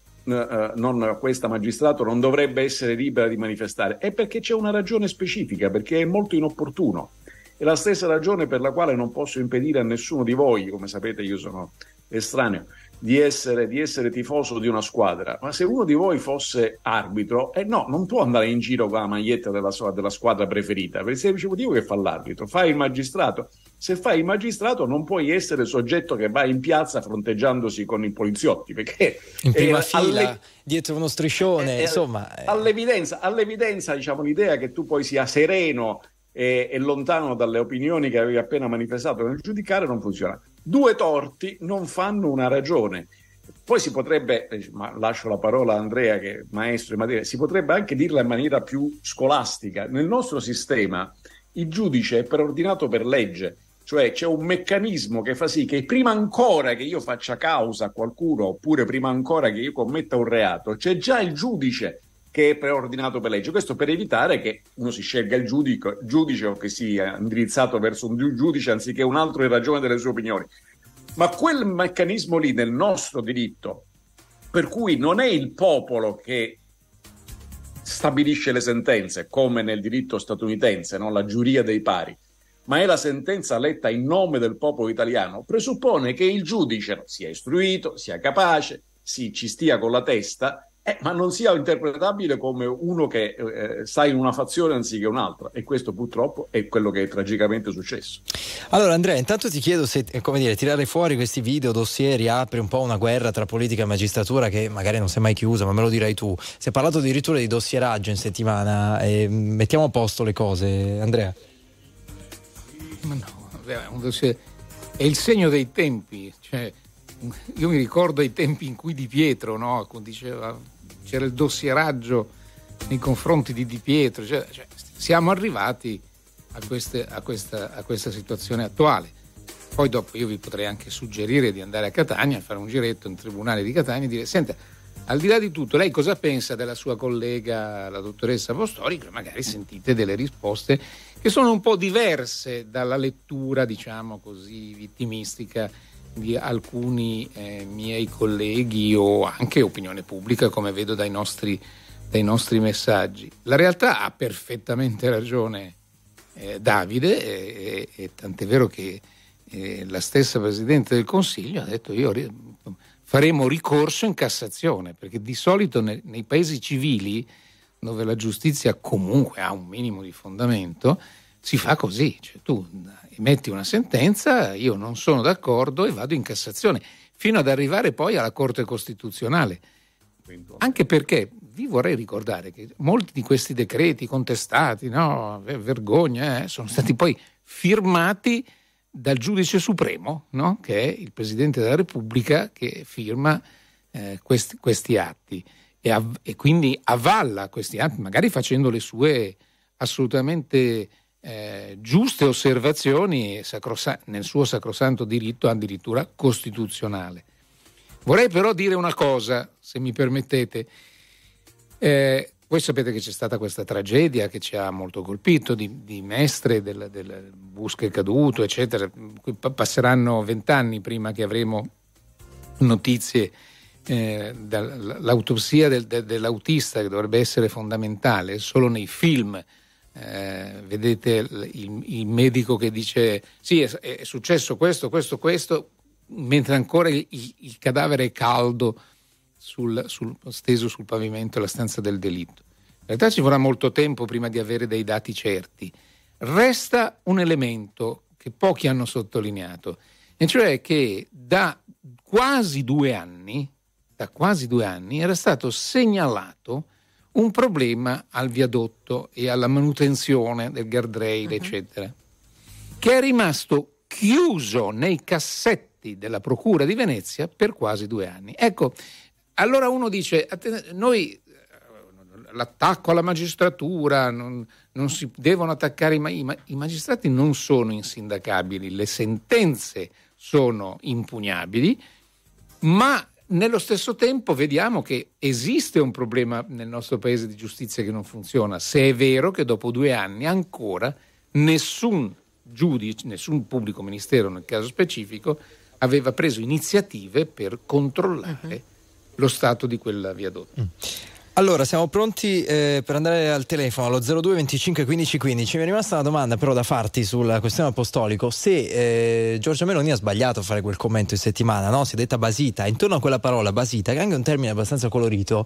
questa magistrato non dovrebbe essere libera di manifestare? È perché c'è una ragione specifica, perché è molto inopportuno. È la stessa ragione per la quale non posso impedire a nessuno di voi, come sapete io sono estraneo, di essere tifoso di una squadra. Ma se uno di voi fosse arbitro, no, non può andare in giro con la maglietta della squadra preferita, per il semplice motivo che fa l'arbitro. Fai il magistrato. Se fai il magistrato non puoi essere soggetto che va in piazza fronteggiandosi con i poliziotti, perché in prima fila, dietro uno striscione, insomma. All'evidenza, diciamo, l'idea che tu poi sia sereno e lontano dalle opinioni che avevi appena manifestato nel giudicare non funziona. Due torti non fanno una ragione. Poi si potrebbe, ma lascio la parola a Andrea che è maestro in materia, si potrebbe anche dirla in maniera più scolastica. Nel nostro sistema il giudice è preordinato per legge, cioè c'è un meccanismo che fa sì che prima ancora che io faccia causa a qualcuno, oppure prima ancora che io commetta un reato, c'è già il giudice che è preordinato per legge. Questo per evitare che uno si scelga il giudice o che sia indirizzato verso un giudice anziché un altro in ragione delle sue opinioni. Ma quel meccanismo lì nel nostro diritto, per cui non è il popolo che stabilisce le sentenze come nel diritto statunitense, no? La giuria dei pari, ma è la sentenza letta in nome del popolo italiano, presuppone che il giudice sia istruito, sia capace, ci stia con la testa, ma non sia interpretabile come uno che sta in una fazione anziché un'altra, e questo purtroppo è quello che è tragicamente successo. Allora Andrea, intanto ti chiedo se, tirare fuori questi video, dossier, riapre un po' una guerra tra politica e magistratura che magari non si è mai chiusa, ma me lo dirai tu. Si è parlato addirittura di dossieraggio in settimana, mettiamo a posto le cose, Andrea. Ma no, vabbè, un dossier è il segno dei tempi, cioè io mi ricordo i tempi in cui Di Pietro, no, diceva c'era il dossieraggio nei confronti di Di Pietro, cioè siamo arrivati a questa situazione attuale. Poi dopo io vi potrei anche suggerire di andare a Catania, a fare un giretto in tribunale di Catania e dire: senta, al di là di tutto, lei cosa pensa della sua collega, la dottoressa Apostolico? Magari sentite delle risposte che sono un po' diverse dalla lettura, diciamo così, vittimistica di alcuni miei colleghi o anche opinione pubblica, come vedo dai nostri messaggi. La realtà ha perfettamente ragione Davide, e tant'è vero che la stessa Presidente del Consiglio ha detto: faremo ricorso in Cassazione, perché di solito nei paesi civili, dove la giustizia comunque ha un minimo di fondamento, si fa così, cioè tu emetti una sentenza, io non sono d'accordo e vado in Cassazione. fino ad arrivare poi alla Corte Costituzionale. Anche perché vi vorrei ricordare che molti di questi decreti contestati, no, vergogna, sono stati poi firmati dal giudice supremo, no? Che è il Presidente della Repubblica, che firma questi atti e quindi avalla questi atti, magari facendo le sue assolutamente giuste osservazioni nel suo sacrosanto diritto addirittura costituzionale. Vorrei però dire una cosa, se mi permettete. Voi sapete che c'è stata questa tragedia che ci ha molto colpito di Mestre, del bus che è caduto, eccetera. Passeranno 20 anni prima che avremo notizie dall'autopsia dell'autista, che dovrebbe essere fondamentale. Solo nei film vedete il medico che dice sì, è successo questo, mentre ancora il cadavere è caldo steso sul pavimento della stanza del delitto. In realtà ci vorrà molto tempo prima di avere dei dati certi. Resta un elemento che pochi hanno sottolineato, e cioè che da quasi 2 anni era stato segnalato un problema al viadotto e alla manutenzione del guardrail, eccetera, che è rimasto chiuso nei cassetti della Procura di Venezia per quasi 2 anni. Ecco, allora uno dice, noi l'attacco alla magistratura, non si devono attaccare i magistrati, non sono insindacabili, le sentenze sono impugnabili, ma nello stesso tempo vediamo che esiste un problema nel nostro paese di giustizia che non funziona, se è vero che dopo 2 anni ancora nessun giudice, nessun pubblico ministero nel caso specifico aveva preso iniziative per controllare lo stato di quel viadotto. Allora, siamo pronti per andare al telefono allo 02 25 15 15. Mi è rimasta una domanda però da farti sulla questione apostolico. Se Giorgia Meloni ha sbagliato a fare quel commento in settimana, no? Si è detta basita, intorno a quella parola basita, che è anche un termine abbastanza colorito,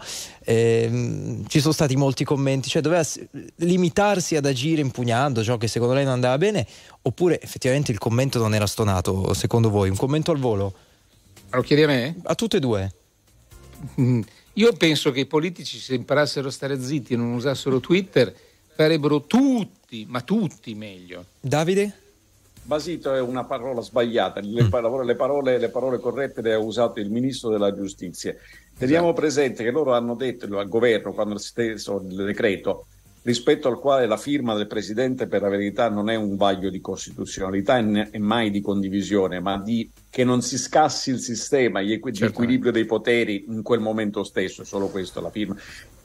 ci sono stati molti commenti, cioè doveva limitarsi ad agire impugnando ciò che secondo lei non andava bene, oppure effettivamente il commento non era stonato, secondo voi? Un commento al volo? Lo chiedi a me? A tutte e due. Io penso che i politici, se imparassero a stare zitti e non usassero Twitter, farebbero tutti meglio. Davide? Basito è una parola sbagliata, le parole corrette le ha usato il ministro della giustizia. Teniamo presente che loro hanno detto al governo, quando si è steso il decreto, rispetto al quale la firma del Presidente per la verità non è un vaglio di costituzionalità e mai di condivisione, ma di che non si scassi il sistema, di equilibrio dei poteri in quel momento stesso, è solo questo la firma.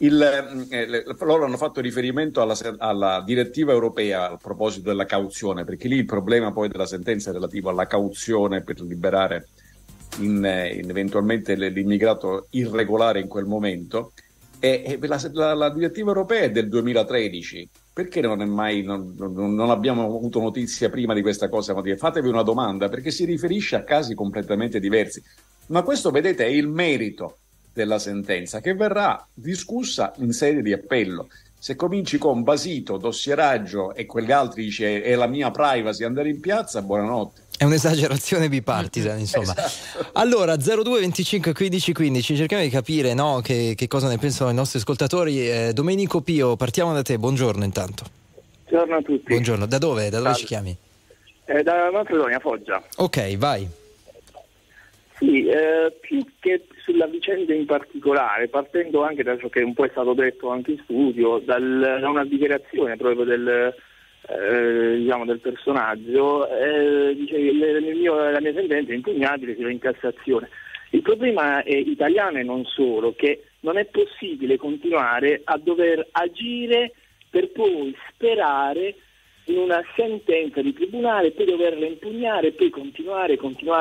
Loro hanno fatto riferimento alla direttiva europea a proposito della cauzione, perché lì il problema poi della sentenza è relativo alla cauzione per liberare eventualmente l'immigrato irregolare in quel momento. La direttiva europea è del 2013, perché non abbiamo avuto notizia prima di questa cosa? Fatevi una domanda, perché si riferisce a casi completamente diversi. Ma questo, vedete, è il merito della sentenza che verrà discussa in sede di appello. Se cominci con basito, dossieraggio e quegli altri dice è la mia privacy andare in piazza, buonanotte. È un'esagerazione bipartisan, insomma. Esatto. Allora, 02 25 15 15, cerchiamo di capire, no, che cosa ne pensano i nostri ascoltatori. Domenico Pio, partiamo da te, buongiorno intanto. Buongiorno a tutti. Buongiorno, da dove ci chiami? Da Manfredonia, Foggia. Ok, vai. Sì, più che sulla vicenda in particolare, partendo anche da ciò che un po' è stato detto anche in studio, da una dichiarazione proprio del personaggio, dice la mia sentenza è impugnabile, si va in Cassazione. Il problema è italiano e non solo, che non è possibile continuare a dover agire per poi sperare in una sentenza di tribunale, poi doverla impugnare e poi continuare.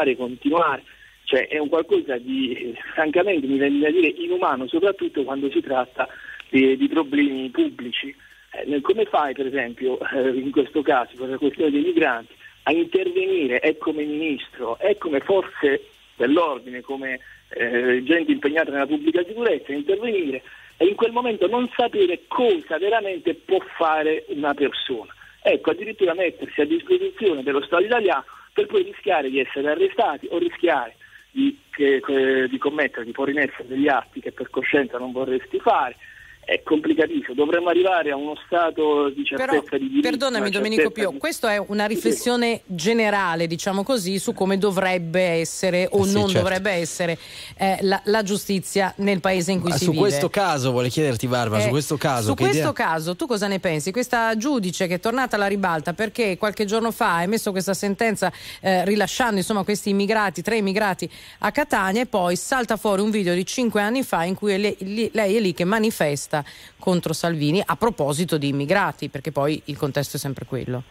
Cioè è un qualcosa di, francamente, mi viene da dire, inumano, soprattutto quando si tratta di problemi pubblici. Come fai, per esempio, in questo caso, per la questione dei migranti, a intervenire come ministro, come forze dell'ordine, come gente impegnata nella pubblica sicurezza, intervenire e in quel momento non sapere cosa veramente può fare una persona? Ecco, addirittura mettersi a disposizione dello Stato italiano per poi rischiare di essere arrestati o rischiare di commettere, di porre in essere degli atti che per coscienza non vorresti fare. È complicatissimo, dovremmo arrivare a uno stato di certezza di diritto. Perdonami Domenico Pio, questa è una riflessione generale, diciamo così, su come dovrebbe essere o non dovrebbe essere la giustizia nel paese in cui si vive. Su questo caso, vuole chiederti Barbara, su questo caso. Caso, tu cosa ne pensi? Questa giudice che è tornata alla ribalta perché qualche giorno fa ha emesso questa sentenza rilasciando insomma questi immigrati, 3 immigrati a Catania, e poi salta fuori un video di 5 anni fa in cui lei è lì che manifesta contro Salvini a proposito di immigrati, perché poi il contesto è sempre quello.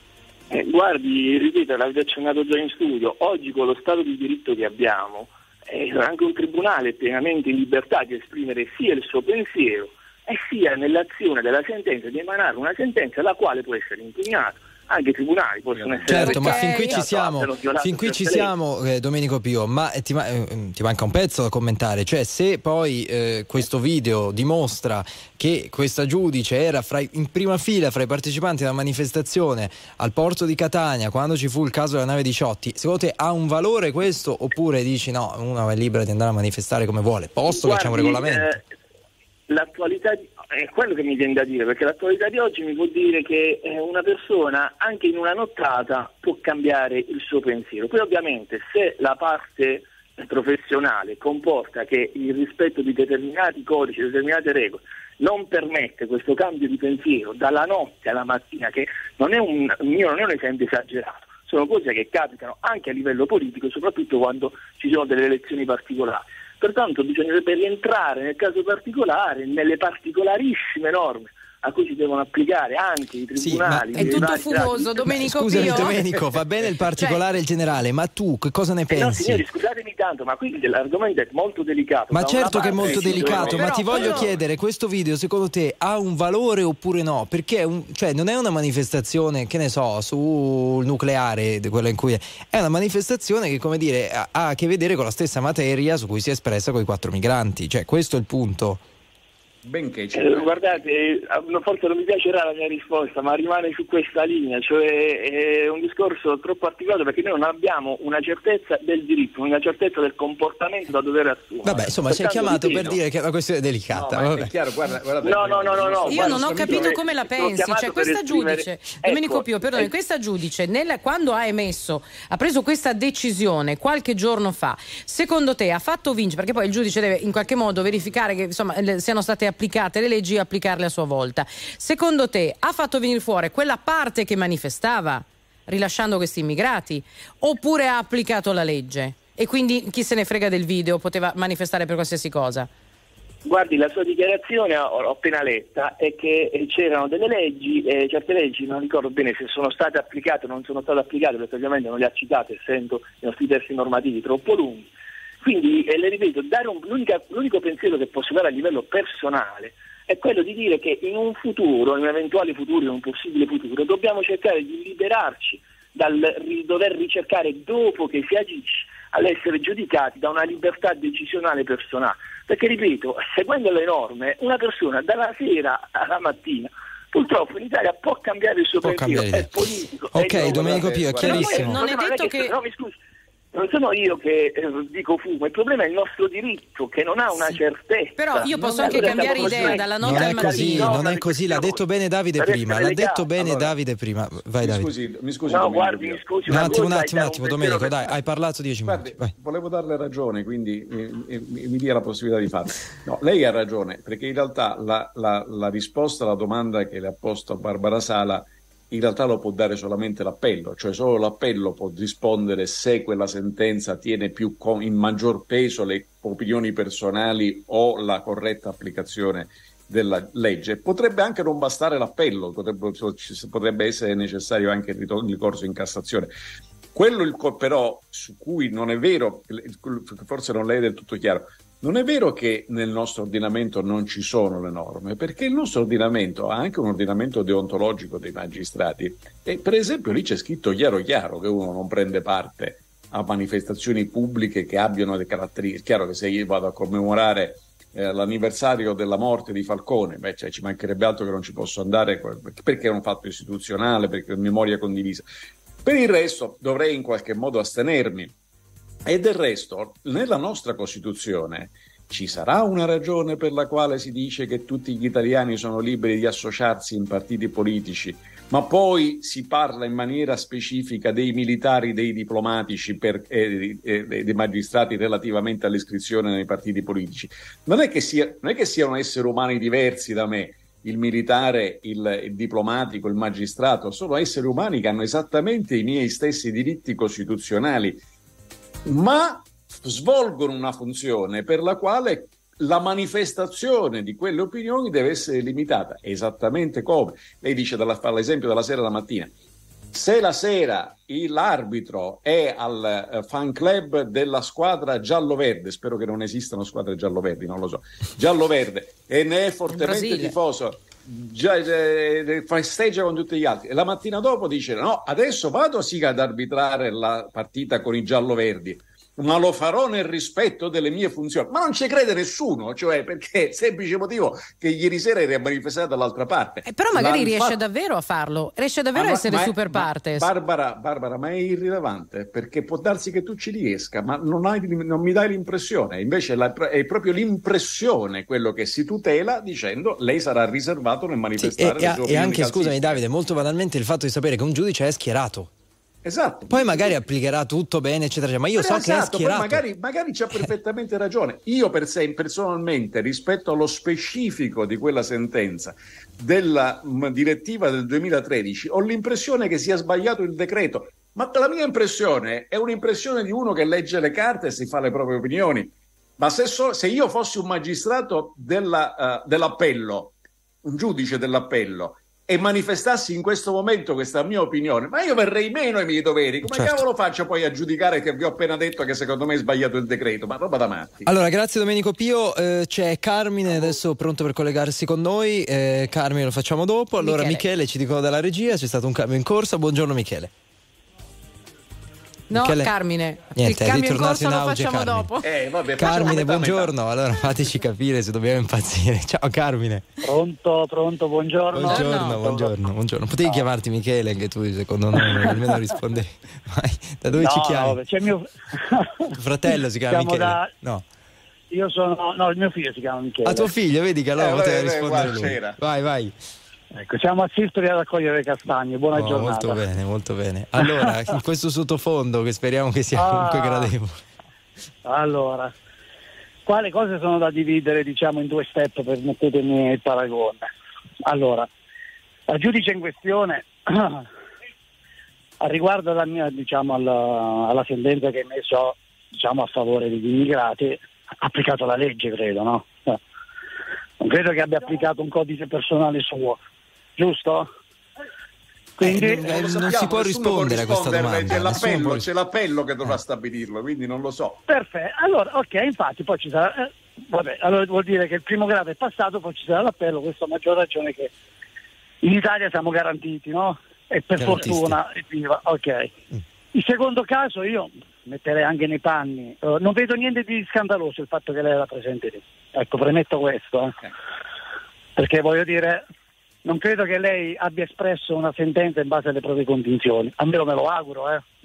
Guardi, ripeto, l'avete accennato già in studio, oggi con lo stato di diritto che abbiamo anche un tribunale è pienamente in libertà di esprimere sia il suo pensiero e sia nell'azione della sentenza di emanare una sentenza la quale può essere impugnata. Anche i tribunali possono essere... Certo, ma fin qui ci siamo, Domenico Pio, ma ti manca un pezzo da commentare, cioè se poi questo video dimostra che questa giudice era in prima fila fra i partecipanti alla manifestazione al porto di Catania quando ci fu il caso della nave Diciotti, secondo te ha un valore questo, oppure dici no, uno è libero di andare a manifestare come vuole, posto che c'è un regolamento? L'attualità è quello che mi viene da dire, perché l'attualità di oggi mi può dire che una persona anche in una nottata può cambiare il suo pensiero. Poi ovviamente se la parte professionale comporta che il rispetto di determinati codici, determinate regole non permette questo cambio di pensiero dalla notte alla mattina, che non è un esempio esagerato, sono cose che capitano anche a livello politico, soprattutto quando ci sono delle elezioni particolari. Pertanto bisognerebbe rientrare nel caso particolare, nelle particolarissime norme a cui si devono applicare anche i tribunali. È tutto fumoso, Domenico Pio. Scusami Domenico, va bene il particolare e il generale, ma tu che cosa ne pensi? No, signori, scusatemi tanto, ma qui l'argomento è molto delicato. Ma certo che è molto delicato, ma ti voglio chiedere, questo video secondo te ha un valore oppure no? Perché non è una manifestazione, che ne so, sul nucleare, quella in cui è una manifestazione che, come dire, ha a che vedere con la stessa materia su cui si è espressa con i 4 migranti, cioè questo è il punto. Benché guardate, forse non mi piacerà la mia risposta, ma rimane su questa linea, cioè è un discorso troppo articolato, perché noi non abbiamo una certezza del diritto, una certezza del comportamento da dover assumere. Vabbè, insomma, sei chiamato per dire che è una questione delicata. No, è chiaro, guarda, no. Io non ho capito come la pensi, cioè questa giudice, Domenico Pio, perdoni, questa giudice quando ha preso questa decisione qualche giorno fa, secondo te ha fatto vincere, perché poi il giudice deve in qualche modo verificare che insomma siano state applicate le leggi e applicarle a sua volta. Secondo te ha fatto venire fuori quella parte che manifestava rilasciando questi immigrati, oppure ha applicato la legge e quindi chi se ne frega del video, poteva manifestare per qualsiasi cosa? Guardi, la sua dichiarazione ho appena letta è che c'erano delle leggi, certe leggi non ricordo bene se sono state applicate o non sono state applicate, perché ovviamente non le ha citate essendo i nostri testi normativi troppo lunghi. Quindi, le ripeto, l'unico pensiero che posso dare a livello personale è quello di dire che in un futuro, in un eventuale futuro, in un possibile futuro, dobbiamo cercare di liberarci dal dover ricercare, dopo che si agisce, all'essere giudicati da una libertà decisionale personale. Perché, ripeto, seguendo le norme, una persona dalla sera alla mattina purtroppo in Italia può cambiare il suo pensiero, è politico. Ok, Domenico Pio, è chiarissimo. Non è detto che... No, mi scusi. Non sono io che dico fumo, il problema è il nostro diritto che non ha una certezza. Però io posso anche cambiare idea dalla notte al mattino. Non è così, l'ha detto bene Davide prima. Vai Davide. Mi scusi. No, guardi, mi scusi. Un attimo, Domenico, dai, hai parlato 10 minuti. Vai. Volevo darle ragione, quindi mi dia la possibilità di farlo. No, lei ha ragione, perché in realtà la risposta alla domanda che le ha posto a Barbara Sala in realtà lo può dare solamente l'appello, cioè solo l'appello può rispondere se quella sentenza tiene in maggior peso le opinioni personali o la corretta applicazione della legge. Potrebbe anche non bastare l'appello, potrebbe essere necessario anche il ricorso in Cassazione. Quello però su cui non è vero, forse non le è del tutto chiaro, non è vero che nel nostro ordinamento non ci sono le norme, perché il nostro ordinamento ha anche un ordinamento deontologico dei magistrati e per esempio lì c'è scritto chiaro che uno non prende parte a manifestazioni pubbliche che abbiano delle caratteristiche. È chiaro che se io vado a commemorare l'anniversario della morte di Falcone, ci mancherebbe altro che non ci posso andare, perché è un fatto istituzionale, perché è memoria condivisa. Per il resto dovrei in qualche modo astenermi E del resto, nella nostra Costituzione ci sarà una ragione per la quale si dice che tutti gli italiani sono liberi di associarsi in partiti politici, ma poi si parla in maniera specifica dei militari, dei diplomatici dei magistrati relativamente all'iscrizione nei partiti politici. Non è che siano esseri umani diversi da me, il militare, il diplomatico, il magistrato, sono esseri umani che hanno esattamente i miei stessi diritti costituzionali, ma svolgono una funzione per la quale la manifestazione di quelle opinioni deve essere limitata. Esattamente come lei dice, fa l'esempio della sera alla mattina. Se la sera l'arbitro è al fan club della squadra giallo-verde, spero che non esistano squadre giallo-verdi, non lo so, giallo-verde, e ne è fortemente tifoso, festeggia con tutti gli altri, e la mattina dopo dice no, adesso vado sì ad arbitrare la partita con i giallo-verdi, ma lo farò nel rispetto delle mie funzioni. Ma non ci crede nessuno, cioè, perché semplice motivo che ieri sera era manifestato dall'altra parte. Però magari riesce davvero a farlo, riesce davvero a essere super partes. Barbara, ma è irrilevante, perché può darsi che tu ci riesca, ma non mi dai l'impressione. Invece è proprio l'impressione quello che si tutela, dicendo lei sarà riservato nel manifestare le sue opinioni. E anche, scusami Davide, molto banalmente il fatto di sapere che un giudice è schierato. Esatto. Poi magari applicherà tutto bene, eccetera, ma io so che è schierato. Magari c'ha perfettamente ragione. Io personalmente, rispetto allo specifico di quella sentenza della direttiva del 2013, ho l'impressione che sia sbagliato il decreto, ma la mia impressione è un'impressione di uno che legge le carte e si fa le proprie opinioni. Ma se io fossi un magistrato dell'appello, un giudice dell'appello, e manifestassi in questo momento questa mia opinione, ma io verrei meno ai miei doveri. Come cavolo faccio poi a giudicare che vi ho appena detto che secondo me è sbagliato il decreto? Ma roba da matti. Allora, grazie Domenico Pio. C'è Carmine adesso pronto per collegarsi con noi. Carmine lo facciamo dopo. Allora Michele ci dicono dalla regia, c'è stato un cambio in corsa. Buongiorno Michele. No, Michele... Carmine, niente, il è cambio in ritornato corsa in lo auge, facciamo Carmine. dopo. Carmine, buongiorno. Allora fateci capire se dobbiamo impazzire. Ciao Carmine. Pronto, buongiorno. Buongiorno. Potevi chiamarti Michele anche tu, secondo me, almeno rispondevi. Da dove ci chiami? No, c'è mio fratello si chiama Michele. No. Io sono il mio figlio si chiama Michele. A tuo figlio, vedi che allora poteva rispondere lui. Vai. Ecco, siamo a Sistri ad raccogliere castagne. Buona giornata. Molto bene. Allora, in questo sottofondo che speriamo che sia comunque gradevole. Allora, quali cose sono da dividere, diciamo, in due step, permettetemi il paragone. Allora, la giudice in questione a riguardo alla sentenza che ha emesso, diciamo, a favore degli immigrati, ha applicato la legge, credo, no? Non credo che abbia applicato un codice personale suo. Giusto? Quindi non si può rispondere a questa domanda. C'è l'appello che dovrà stabilirlo, quindi non lo so. Perfetto, allora ok, infatti poi ci sarà allora vuol dire che il primo grado è passato, poi ci sarà l'appello, questo a maggior ragione che in Italia siamo garantiti, no? E per fortuna ok. Il secondo caso io metterei anche nei panni, non vedo niente di scandaloso il fatto che lei era presente lì. Ecco, premetto questo, perché voglio dire, non credo che lei abbia espresso una sentenza in base alle proprie convinzioni. Almeno me lo auguro.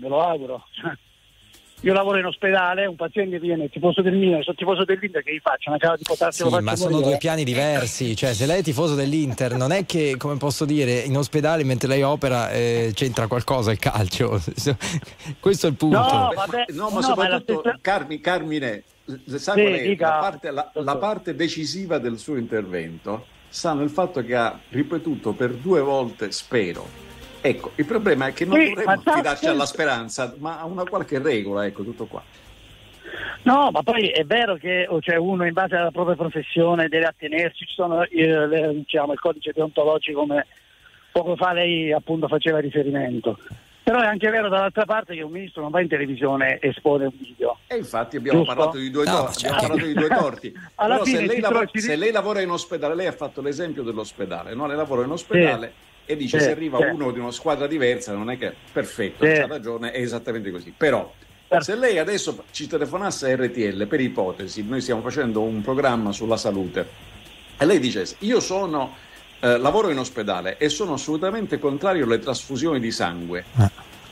Io lavoro in ospedale, un paziente viene tifoso del Milan, sono tifoso dell'Inter, che gli faccio una cara di potassio. Sì, ma sono due piani diversi, cioè se lei è tifoso dell'Inter non è che, come posso dire, in ospedale mentre lei opera c'entra qualcosa il calcio. Questo è il punto. Ma soprattutto Carmine, sa qual è la parte decisiva del suo intervento? Sta nel fatto che ha ripetuto per 2 volte spero. Ecco, il problema è che non dovremmo fidarci alla speranza, ma a una qualche regola, ecco, tutto qua. No, ma poi è vero che uno in base alla propria professione deve attenersi, ci sono il codice deontologico, come poco fa lei appunto faceva riferimento. Però è anche vero dall'altra parte che un ministro non va in televisione e espone un video. E infatti abbiamo parlato di due torti. Alla però fine se lei lavora in ospedale, lei ha fatto l'esempio dell'ospedale, no? Lei lavora in ospedale e dice se arriva uno di una squadra diversa non è che perfetto, c'ha ragione, è esattamente così. Però se lei adesso ci telefonasse a RTL, per ipotesi, noi stiamo facendo un programma sulla salute e lei dicesse io lavoro in ospedale e sono assolutamente contrario alle trasfusioni di sangue.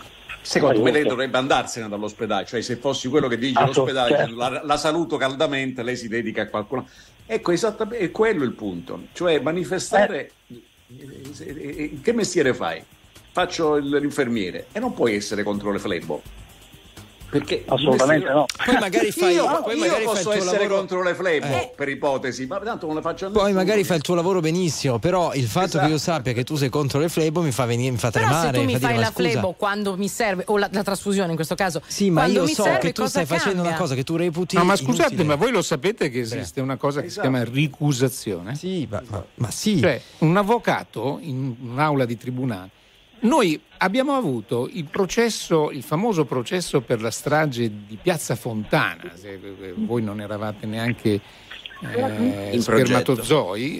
Secondo me lei dovrebbe andarsene dall'ospedale, cioè se fossi quello che dirige all'ospedale, certo. la saluto caldamente, lei si dedica a qualcuno. Ecco, esattamente, è quello il punto, cioè manifestare. Che mestiere fai? Faccio l'infermiere e non puoi essere contro le flebo. Perché assolutamente no. Poi magari fai io magari posso fai il tuo essere lavoro contro le flebo per ipotesi, ma tanto non le faccio a nessuno. Poi magari fai il tuo lavoro benissimo, però il fatto che io sappia che tu sei contro le flebo mi fa tremare. Però se tu mi fai la scusa, flebo quando mi serve, o la trasfusione in questo caso, sì, ma io mi so serve, che tu stai facendo una cosa che tu reputi no, ma scusate, inutile. ma voi lo sapete che esiste una cosa che si chiama ricusazione? Sì, ma sì. Cioè, un avvocato in un'aula di tribunale. Noi abbiamo avuto il famoso processo per la strage di Piazza Fontana, se voi non eravate neanche spermatozoi,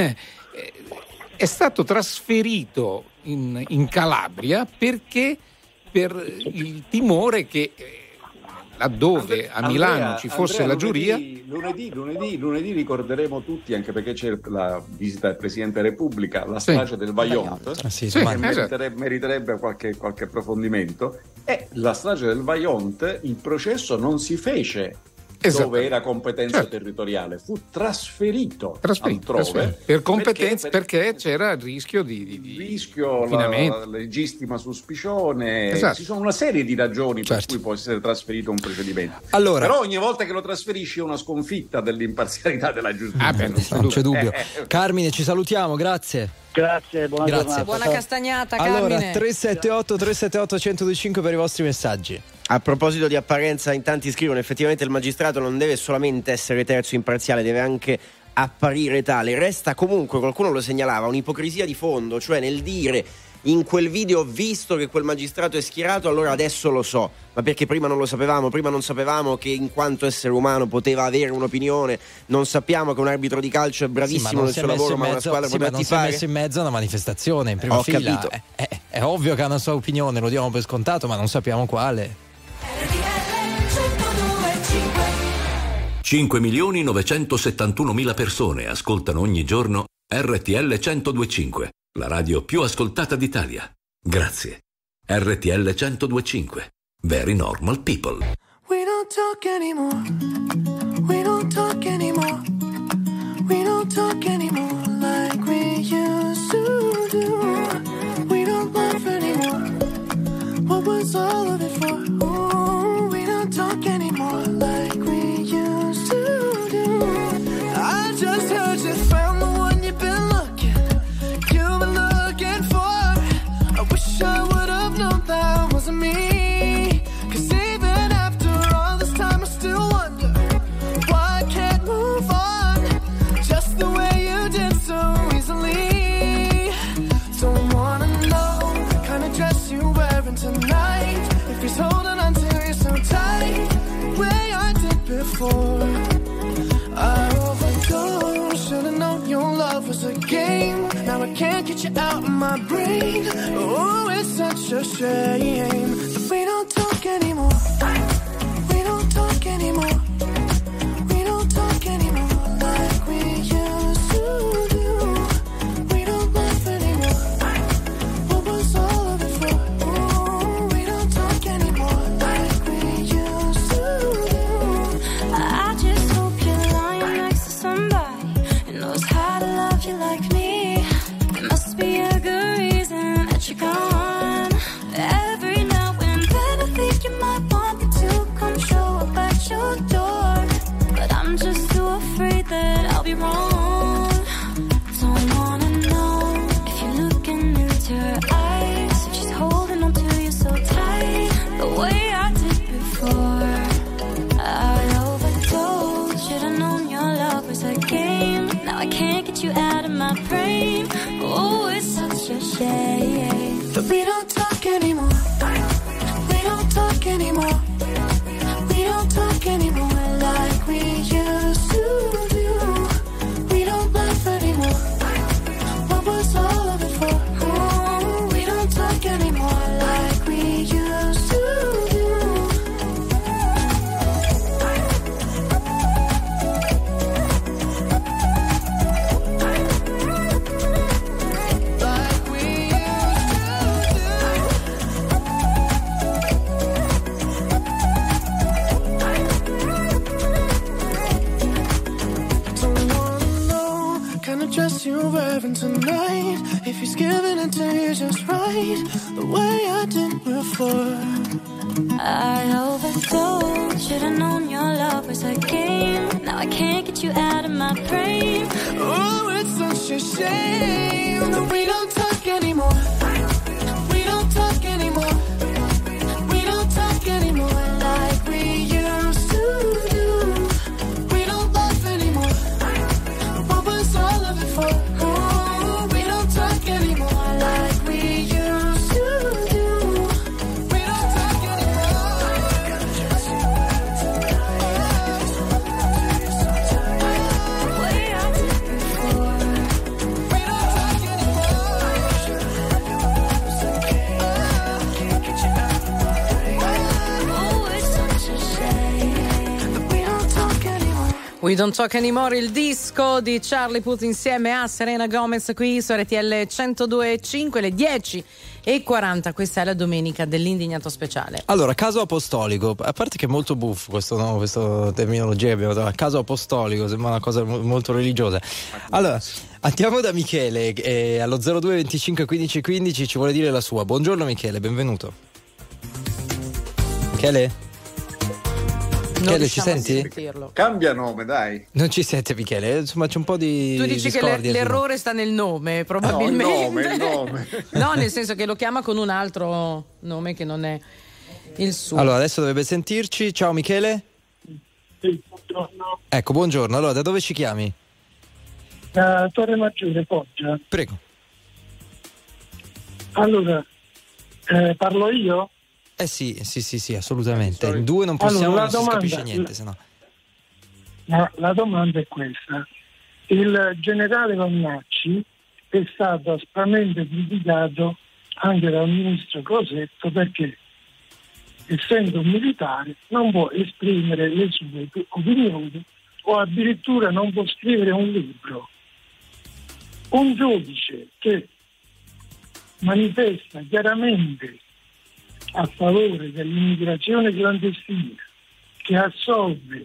è stato trasferito in Calabria perché per il timore che laddove a Milano ci fosse la giuria. Lunedì ricorderemo tutti, anche perché c'è la visita del Presidente della Repubblica, la strage del Vajont, che meriterebbe qualche approfondimento. E la strage del Vajont, il processo non si fece dove era competenza territoriale, fu trasferito altrove per competenza, perché c'era il rischio la legittima suspicione. Ci sono una serie di ragioni per cui può essere trasferito un procedimento. Però ogni volta che lo trasferisci è una sconfitta dell'imparzialità della giustizia. Non c'è dubbio. Carmine, ci salutiamo, grazie. Grazie, buona giornata. Buona castagnata, Carmine. Allora, 378-378-1025 per i vostri messaggi. A proposito di apparenza, in tanti scrivono: effettivamente il magistrato non deve solamente essere terzo imparziale, deve anche apparire tale. Resta comunque, qualcuno lo segnalava, un'ipocrisia di fondo, cioè nel dire in quel video ho visto che quel magistrato è schierato, allora adesso lo so. Ma perché prima non lo sapevamo? Prima non sapevamo che in quanto essere umano poteva avere un'opinione, non sappiamo che un arbitro di calcio è bravissimo nel suo lavoro, ma una squadra poteva non si è messo in mezzo a una manifestazione in prima fila. Capito. È ovvio che ha una sua opinione, lo diamo per scontato, ma non sappiamo quale. 5.971.000 persone ascoltano ogni giorno RTL 102.5, la radio più ascoltata d'Italia. Grazie. RTL 102.5. Very normal people. We don't talk anymore. We don't talk anymore. We don't talk anymore like we used to do. We don't laugh anymore. What was all of it for? Ooh, we don't talk anymore like we used to do. I just heard you found the one you've been looking for. I wish I would have known that wasn't me. 'Cause even after all this time I still wonder why I can't move on just the way you did so easily. Don't wanna know the kind of dress you're wearing tonight, if he's holding on to you so tight, the way I did before. I overdosed, should've known your love was a game. Now I can't get you out of my brain. Oh, it's such a shame that we don't talk anymore. We don't talk anymore. We don't talk anymore like we used to do. We don't laugh anymore. What was all of it for? Ooh, we don't talk anymore like we used to do. I just hope you're lying next to somebody who knows how to love you like me. There must be a good reason that you're gone. Every now and then I think you might want me to come show up at your door, but I'm just too afraid that I'll be wrong. Don't wanna know if you're looking into her eyes, if she's holding on to you so tight, the way I did before. I overdosed, should've known your love was a game. Now I can't get you out of my brain. Oh, it's such a shame But we don't talk anymore. We don't talk anymore. We don't talk anymore like we used to do. We don't laugh anymore. What was all of it for? Ooh, we don't talk anymore like we used to do. Like we used to do. heaven tonight. If he's giving it to you just right, the way I did before. I overdosed. Should've known your love was a game. Now I can't get you out of my brain. Oh, it's such a shame that we don't talk anymore. We don't talk anymore. We don't talk anymore like we used to do. We don't love anymore. What was all of it for? Oh, we don't talk anymore like we used to do. We don't talk We Don't Talk Anymore, il disco di Charlie Puth insieme a Selena Gomez qui su RTL 102.5, le 10:40. Questa è la domenica dell'indignato speciale. Allora, caso apostolico, a parte che è molto buffo questo terminologia che abbiamo dato, caso apostolico, sembra una cosa molto religiosa. Allora, andiamo da Michele, allo 02 25 15 15 ci vuole dire la sua. Buongiorno Michele, benvenuto. Michele? Michele, ci senti? Cambia nome, dai. Non ci sente Michele? Insomma, c'è un po' di Tu dici che l'errore sta nel nome, probabilmente. No, il nome. No, nel senso che lo chiama con un altro nome che non è il suo. Allora, adesso dovrebbe sentirci. Ciao Michele. Sì, buongiorno. Ecco, buongiorno. Allora, da dove ci chiami? Da Torre Maggiore, Foggia. Prego. Allora, parlo io? Sì, assolutamente. In due non possiamo, allora, non si capisce niente, sennò. La domanda è questa. Il generale Vannacci è stato aspramente criticato anche dal ministro Crosetto perché, essendo un militare, non può esprimere le sue opinioni o addirittura non può scrivere un libro. Un giudice che manifesta chiaramente a favore dell'immigrazione clandestina, che assolve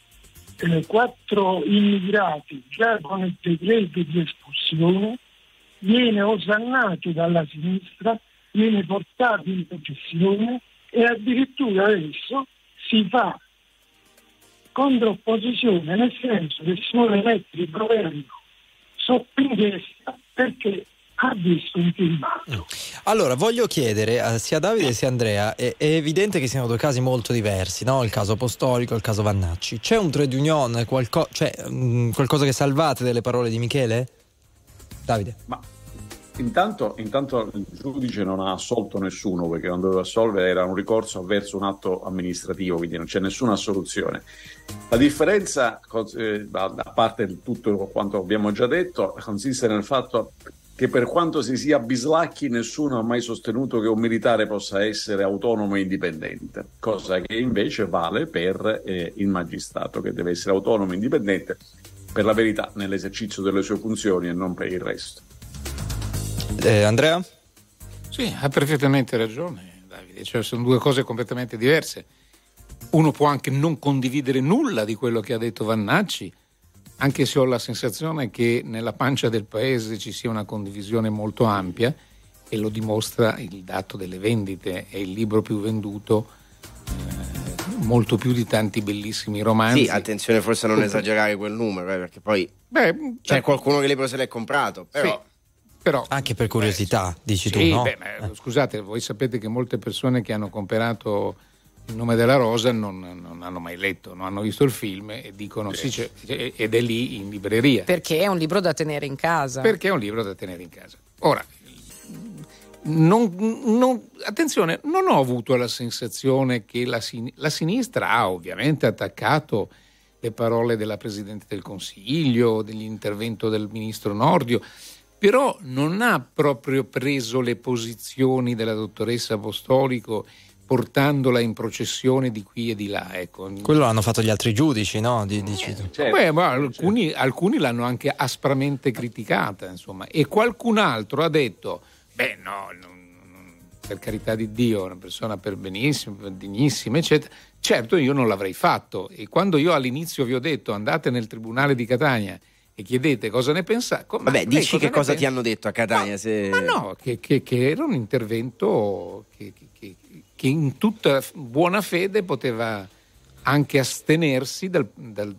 4 immigrati già con il decreto di espulsione, viene osannato dalla sinistra, viene portato in processione e addirittura adesso si fa controopposizione, nel senso che si vuole mettere il governo sotto inchiesta perché ha visto un filmato. Allora, voglio chiedere sia a Davide sia a Andrea, è evidente che siano due casi molto diversi, no? Il caso Apostolico e il caso Vannacci. C'è un trade union, qualcosa che salvate delle parole di Michele? Davide? Ma intanto il giudice non ha assolto nessuno, perché non doveva assolvere, era un ricorso avverso un atto amministrativo, quindi non c'è nessuna assoluzione. La differenza, a parte tutto quanto abbiamo già detto, consiste nel fatto che per quanto si sia bislacchi nessuno ha mai sostenuto che un militare possa essere autonomo e indipendente, cosa che invece vale per il magistrato, che deve essere autonomo e indipendente, per la verità, nell'esercizio delle sue funzioni e non per il resto. Andrea? Sì, ha perfettamente ragione Davide, cioè sono due cose completamente diverse. Uno può anche non condividere nulla di quello che ha detto Vannacci, anche se ho la sensazione che nella pancia del paese ci sia una condivisione molto ampia, e lo dimostra il dato delle vendite. È il libro più venduto, molto più di tanti bellissimi romanzi. Sì, attenzione forse a non esagerare quel numero, perché poi c'è qualcuno che il libro se l'è comprato, però... Sì. Però, anche per curiosità, dici tu, no? Scusate, voi sapete che molte persone che hanno comprato Il nome della rosa non hanno mai letto, non hanno visto il film e dicono sì, ed è lì in libreria. Perché è un libro da tenere in casa. Ora, attenzione, non ho avuto la sensazione che la sinistra ha ovviamente attaccato le parole della Presidente del Consiglio, dell'intervento del Ministro Nordio, però non ha proprio preso le posizioni della dottoressa Apostolico portandola in processione di qui e di là, ecco. Quello l'hanno fatto gli altri giudici, no? Certo. Ma alcuni l'hanno anche aspramente criticata, insomma, e qualcun altro ha detto per carità di Dio, una persona per benissimo, per dignissima, eccetera. Certo, io non l'avrei fatto, e quando io all'inizio vi ho detto andate nel tribunale di Catania e chiedete cosa ne pensate. Vabbè, dici che cosa ti hanno detto a Catania? Ma no, che era un intervento che in tutta buona fede poteva anche astenersi dal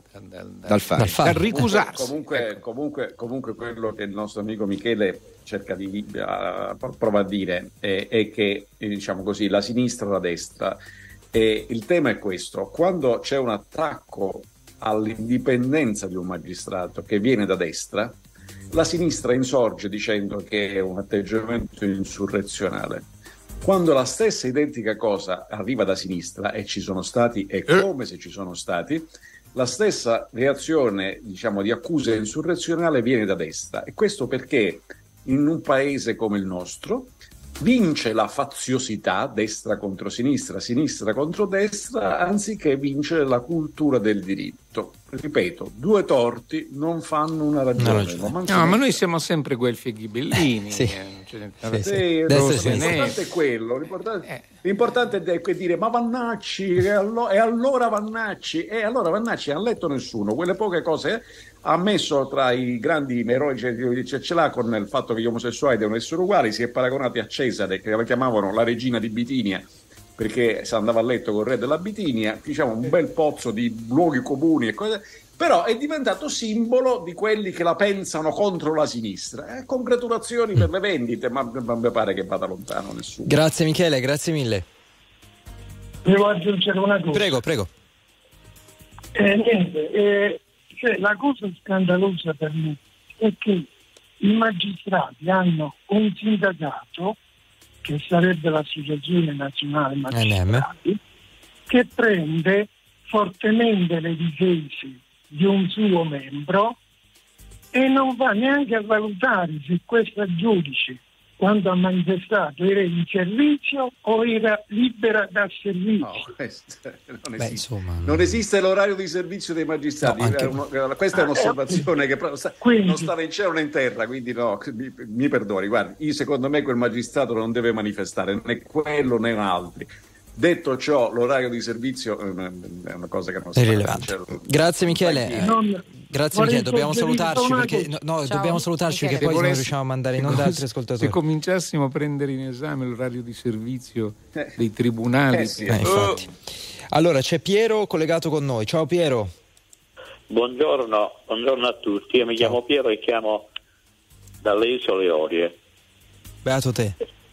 ricusarsi. Comunque quello che il nostro amico Michele cerca di prova a dire è che, diciamo così, la sinistra e la destra, il tema è questo: quando c'è un attacco all'indipendenza di un magistrato che viene da destra, la sinistra insorge dicendo che è un atteggiamento insurrezionale. Quando la stessa identica cosa arriva da sinistra, e ci sono stati, e come se ci sono stati, la stessa reazione, diciamo, di accusa insurrezionale viene da destra. E questo perché in un paese come il nostro vince la faziosità, destra contro sinistra, sinistra contro destra, anziché vincere la cultura del diritto. Ripeto, due torti non fanno una ragione. Ma noi siamo sempre guelfi e ghibellini. L'importante è quello. L'importante è dire: ma Vannacci, e allora Vannacci non ha letto nessuno, quelle poche cose ha messo tra i grandi eroi, ce l'ha con il fatto che gli omosessuali devono essere uguali. Si è paragonati a Cesare, che la chiamavano la regina di Bitinia perché si andava a letto con il re della Bitinia, diciamo un bel pozzo di luoghi comuni e cose, però è diventato simbolo di quelli che la pensano contro la sinistra. Congratulazioni per le vendite, ma non mi pare che vada lontano nessuno. Grazie Michele, grazie mille. Devo aggiungere una cosa. Prego. La cosa scandalosa per me è che i magistrati hanno un sindacato, che sarebbe l'Associazione Nazionale Magistrati, che prende fortemente le difese di un suo membro e non va neanche a valutare se questo giudice, quando ha manifestato, era in servizio o era libera da servizio. Non esiste l'orario di servizio dei magistrati. Questa è un'osservazione che non sta né in cielo né in terra, quindi no, mi perdoni. Guardi, secondo me quel magistrato non deve manifestare né quello né altri. Detto ciò, l'orario di servizio è una cosa che non sta rilevante. Grazie Michele. Grazie Michele, dobbiamo salutarci perché poi non riusciamo a mandare in onda altri ascoltatori. Se cominciassimo a prendere in esame l'orario di servizio dei tribunali. Infatti. Allora c'è Piero collegato con noi. Ciao Piero. Buongiorno a tutti. Io mi chiamo Piero e chiamo dalle Isole Orie. Beato te.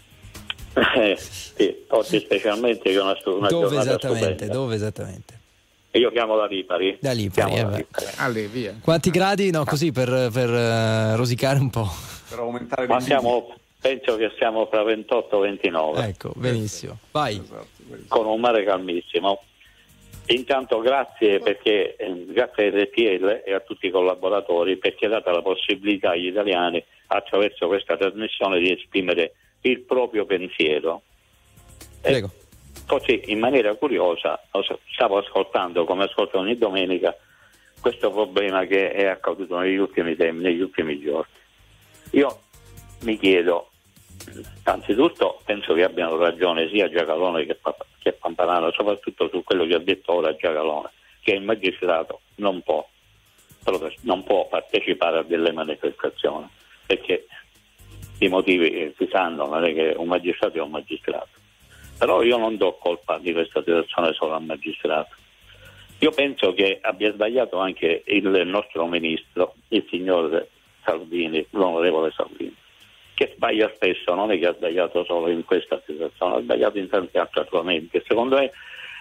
Sì, oggi specialmente che è una giornata stupenda. Dove esattamente? Io chiamo da Lipari. Da Lipari. Via. Quanti gradi? No, così per rosicare un po'. Per aumentare penso che siamo fra 28 e 29. Ecco, benissimo. Vai. Con un mare calmissimo. Intanto grazie a RTL e a tutti i collaboratori, perché date la possibilità agli italiani, attraverso questa trasmissione, di esprimere il proprio pensiero. Prego. Così, in maniera curiosa, stavo ascoltando, come ascolto ogni domenica, questo problema che è accaduto negli ultimi giorni. Io mi chiedo, anzitutto penso che abbiano ragione sia Giacalone che Pampanano, soprattutto su quello che ha detto ora Giacalone, che il magistrato non può partecipare a delle manifestazioni, perché i motivi si sanno, non è che un magistrato è un magistrato. Però io non do colpa di questa situazione solo al magistrato. Io penso che abbia sbagliato anche il nostro ministro, il signor Salvini, l'onorevole Salvini, che sbaglia spesso, non è che ha sbagliato solo in questa situazione, ha sbagliato in tanti altri argomenti. Secondo me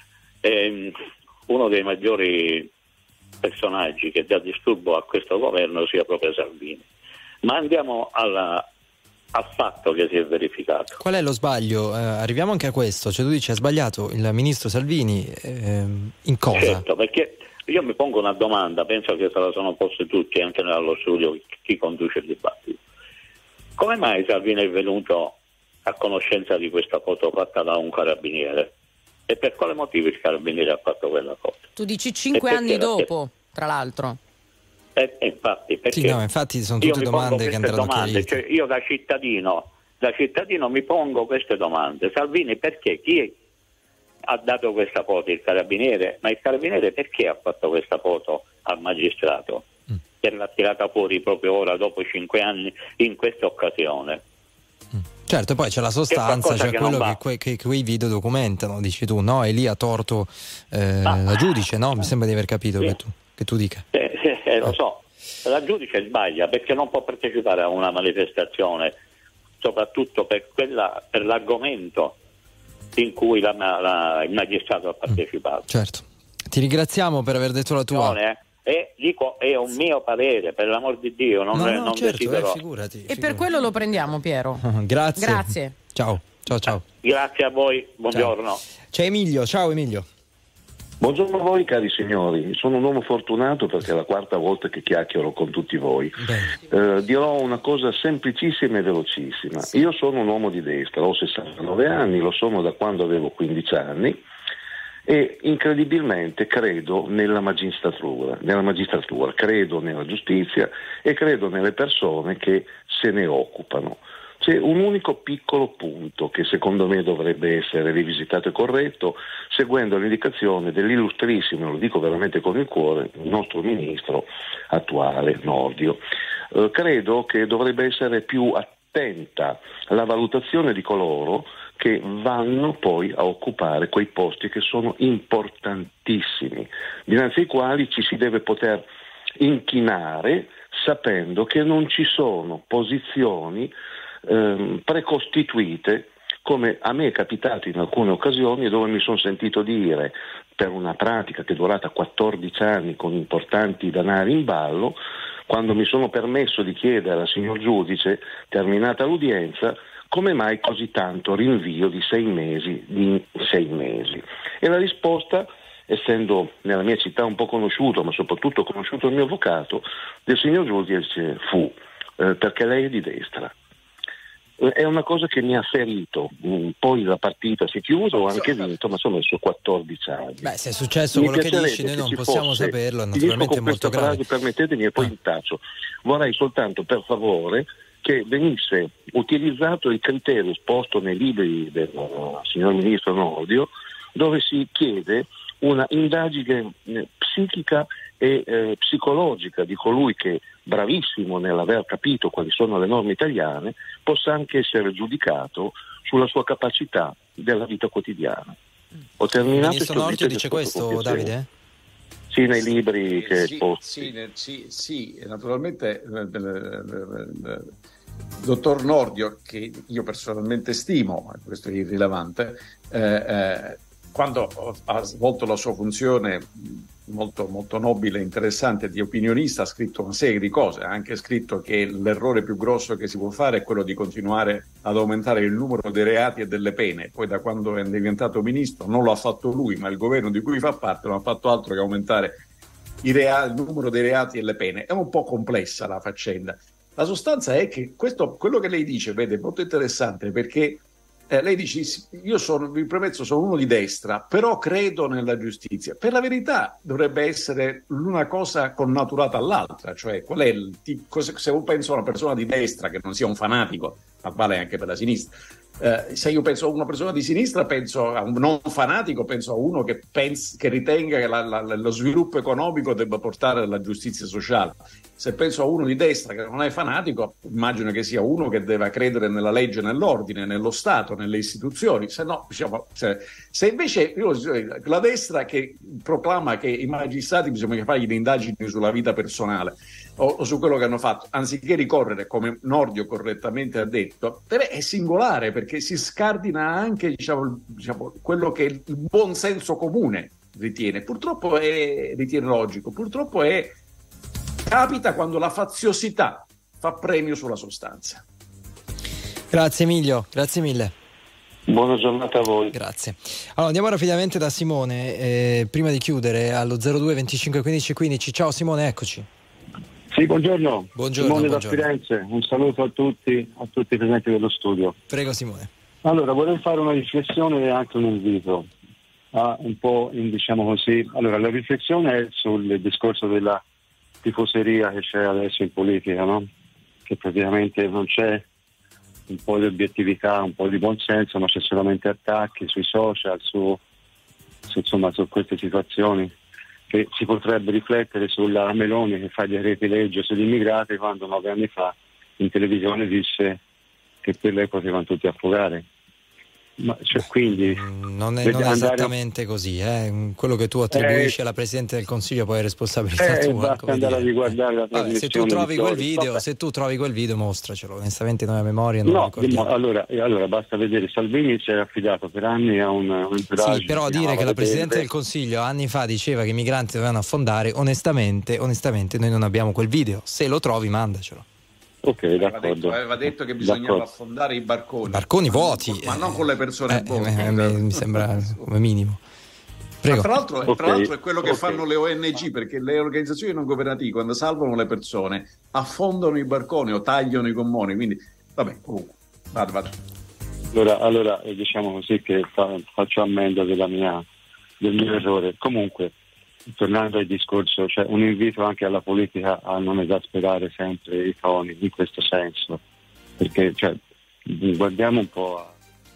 uno dei maggiori personaggi che dà disturbo a questo governo sia proprio Salvini. Ma andiamo al fatto che si è verificato. Qual è lo sbaglio? Arriviamo anche a questo, cioè tu dici ha sbagliato il ministro Salvini in cosa? Certo, perché io mi pongo una domanda, penso che se la sono poste tutti anche nello studio chi conduce il dibattito. Come mai Salvini è venuto a conoscenza di questa foto fatta da un carabiniere? E per quale motivo il carabiniere ha fatto quella foto? Tu dici 5 anni dopo, tra l'altro. Infatti, perché sì, no, infatti sono tutte domande che andranno chiarite. Cioè, io da cittadino mi pongo queste domande. Salvini perché? Chi ha dato questa foto? Il carabiniere? Ma il carabiniere perché ha fatto questa foto al magistrato? che l'ha tirata fuori proprio ora, dopo 5 anni, in questa occasione. Certo, poi c'è la sostanza, cioè quello che quei video documentano, dici tu, no? E lì ha torto la giudice, no? Mi sembra di aver capito che tu dica. Lo so, la giudice sbaglia perché non può partecipare a una manifestazione, soprattutto per l'argomento in cui il magistrato ha partecipato. Certo, ti ringraziamo per aver detto la tua. Dico, è un mio parere, per l'amor di Dio, non certo, desidero. Figurati. E per quello lo prendiamo, Piero. Grazie. Ciao. Grazie a voi, buongiorno. Ciao. C'è Emilio, ciao Emilio. Buongiorno a voi cari signori, sono un uomo fortunato perché è la 4ª volta che chiacchiero con tutti voi. Dirò una cosa semplicissima e velocissima. Io sono un uomo di destra, ho 69 anni, lo sono da quando avevo 15 anni e incredibilmente credo nella magistratura, credo nella giustizia e credo nelle persone che se ne occupano. C'è un unico piccolo punto che secondo me dovrebbe essere rivisitato e corretto, seguendo l'indicazione dell'illustrissimo, lo dico veramente con il cuore, il nostro ministro attuale Nordio. Credo che dovrebbe essere più attenta alla valutazione di coloro che vanno poi a occupare quei posti che sono importantissimi, dinanzi ai quali ci si deve poter inchinare sapendo che non ci sono posizioni precostituite, come a me è capitato in alcune occasioni dove mi sono sentito dire, per una pratica che è durata 14 anni con importanti denari in ballo, quando mi sono permesso di chiedere al signor giudice, terminata l'udienza, come mai così tanto rinvio di 6 mesi in 6 mesi? E la risposta, essendo nella mia città un po' conosciuto, ma soprattutto conosciuto il mio avvocato, del signor giudice fu perché lei è di destra. È una cosa che mi ha ferito, poi la partita si è chiusa, ho anche vinto, ma sono messo 14 anni. Beh, se è successo quello che dici, noi non possiamo saperlo, naturalmente è molto grave. Permettetemi e poi intaccio. Vorrei soltanto, per favore, che venisse utilizzato il criterio esposto nei libri del signor Ministro Nordio, dove si chiede una indagine psichica e psicologica di colui che, bravissimo nell'aver capito quali sono le norme italiane, possa anche essere giudicato sulla sua capacità della vita quotidiana. Ho terminato. Il Ministro Nordio dice questo, Davide? Sì, nei libri che esposti. Sì, naturalmente il dottor Nordio, che io personalmente stimo, questo è irrilevante, quando ha svolto la sua funzione molto, molto nobile e interessante di opinionista, ha scritto una serie di cose, ha anche scritto che l'errore più grosso che si può fare è quello di continuare ad aumentare il numero dei reati e delle pene. Poi da quando è diventato ministro non lo ha fatto lui, ma il governo di cui fa parte non ha fatto altro che aumentare il numero dei reati e le pene. È un po' complessa la faccenda. La sostanza è che quello che lei dice, vede, è molto interessante, perché lei dice, io vi premetto, sono uno di destra, però credo nella giustizia. Per la verità dovrebbe essere una cosa connaturata all'altra, cioè qual è se io penso a una persona di destra che non sia un fanatico, ma vale anche per la sinistra, se io penso a una persona di sinistra penso a un non fanatico, penso a uno che ritenga che lo sviluppo economico debba portare alla giustizia sociale. Se penso a uno di destra che non è fanatico, immagino che sia uno che deve credere nella legge, nell'ordine, nello Stato, nelle istituzioni. Se no, diciamo, se invece la destra che proclama che i magistrati bisogna fargli le indagini sulla vita personale o su quello che hanno fatto, anziché ricorrere, come Nordio correttamente ha detto, è singolare, perché si scardina anche diciamo, quello che il buon senso comune ritiene. Purtroppo ritiene logico, purtroppo capita quando la faziosità fa premio sulla sostanza. Grazie Emilio, grazie mille. Buona giornata a voi. Grazie. Allora andiamo rapidamente da Simone, prima di chiudere, allo 02 25 15 15. Ciao Simone, eccoci. Sì, buongiorno. Buongiorno. Da Firenze, un saluto a tutti i presenti dello studio. Prego Simone. Allora, vorrei fare una riflessione e anche un invito, un po' diciamo così. Allora, la riflessione è sul discorso della tifoseria che c'è adesso in politica, no? Che praticamente non c'è un po' di obiettività, un po' di buonsenso, ma c'è solamente attacchi sui social, su queste situazioni che si potrebbe riflettere sulla Meloni che fa decreti-legge sugli immigrati, quando 9 anni fa in televisione disse che per lei potevano tutti affogare. Ma quindi non è esattamente così, quello che tu attribuisci alla Presidente del Consiglio poi è responsabilità tua. Basta andare a riguardare la trasmissione. Se tu trovi quel video mostracelo, onestamente noi a memoria non lo ricordiamo. Allora basta vedere, Salvini si è affidato per anni a un entourage. Sì, però dire che la Presidente del Consiglio anni fa diceva che i migranti dovevano affondare, onestamente noi non abbiamo quel video. Se lo trovi mandacelo. Ok, d'accordo. Aveva detto che bisognava affondare i barconi. Barconi vuoti. Ma non con le persone vuote. Mi sembra come minimo. Prego. Ma tra l'altro è quello che fanno le ONG, perché le organizzazioni non governative, quando salvano le persone, affondano i barconi o tagliano i gommoni. Quindi, vabbè, comunque. Vado. Allora diciamo così che faccio ammenda del mio errore. Comunque, tornando al discorso, c'è un invito anche alla politica a non esasperare sempre i toni in questo senso, perché guardiamo un po'.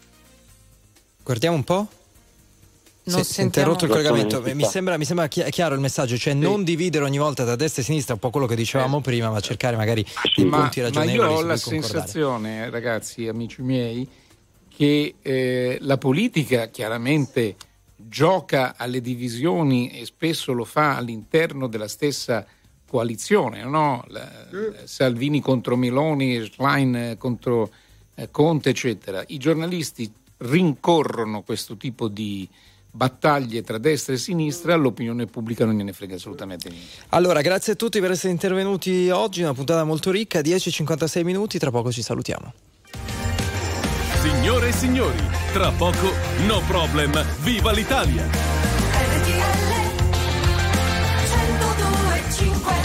Non si è interrotto il collegamento. Mi sembra chiaro il messaggio, cioè non dividere ogni volta da destra e sinistra, un po' quello che dicevamo prima, ma cercare magari punti ragionevoli. Ma io ho la sensazione, ragazzi, amici miei, che la politica chiaramente gioca alle divisioni e spesso lo fa all'interno della stessa coalizione, no? Salvini contro Meloni, Schlein contro Conte, eccetera. I giornalisti rincorrono questo tipo di battaglie tra destra e sinistra, all'opinione pubblica non gliene frega assolutamente niente. Allora, grazie a tutti per essere intervenuti oggi, una puntata molto ricca, 10:56 minuti, tra poco ci salutiamo. Signore e signori, tra poco No Problem, viva l'Italia! RTL 102.5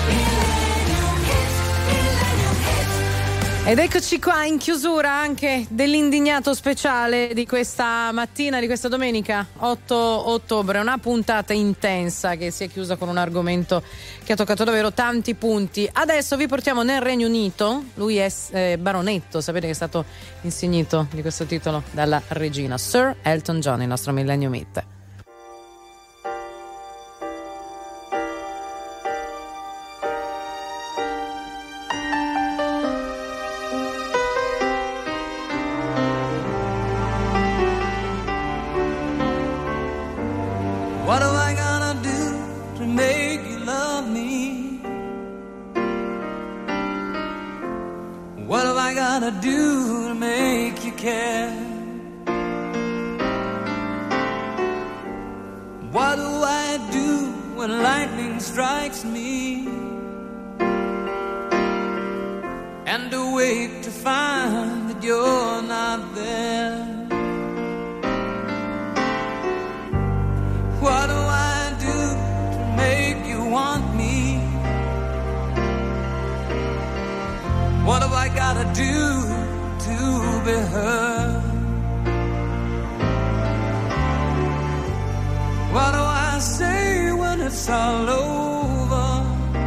Ed eccoci qua in chiusura anche dell'indignato speciale di questa mattina, di questa domenica 8 ottobre, una puntata intensa che si è chiusa con un argomento che ha toccato davvero tanti punti. Adesso vi portiamo nel Regno Unito, lui è baronetto, sapete che è stato insignito di questo titolo dalla regina, Sir Elton John, il nostro Millennium Hit. What am I gonna do to make you love me? What am I gonna do to make you care? What do I do when lightning strikes me? And awake to find that you're not there. What do I do to make you want me? What have I gotta do to be heard? What do I say when it's all over?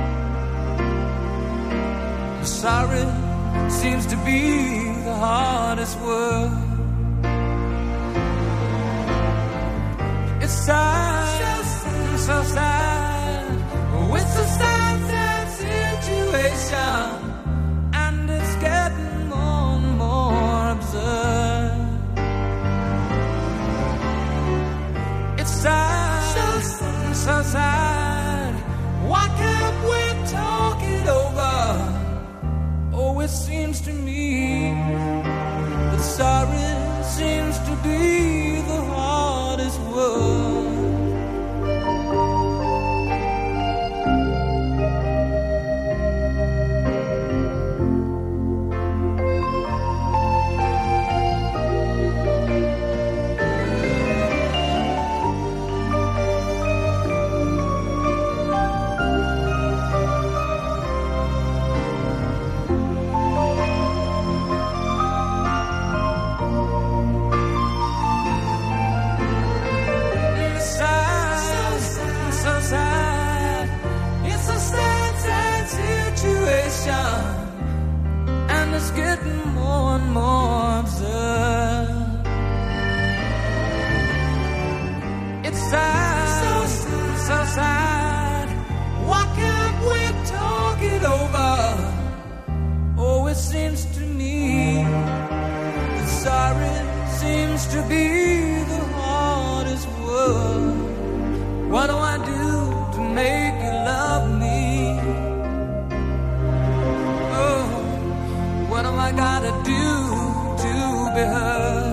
Sorry seems to be the hardest word. It's sad, so sad. It's a sad, sad situation, and it's getting more and more absurd. It's sad, so sad. Why can't we talk it over? Oh, it seems to me that sorry seems to be the hardest word. And it's getting more and more absurd. It's sad, so sad. used to be the hardest word. What do I do to make you love me? Oh, what am I gotta do to be heard?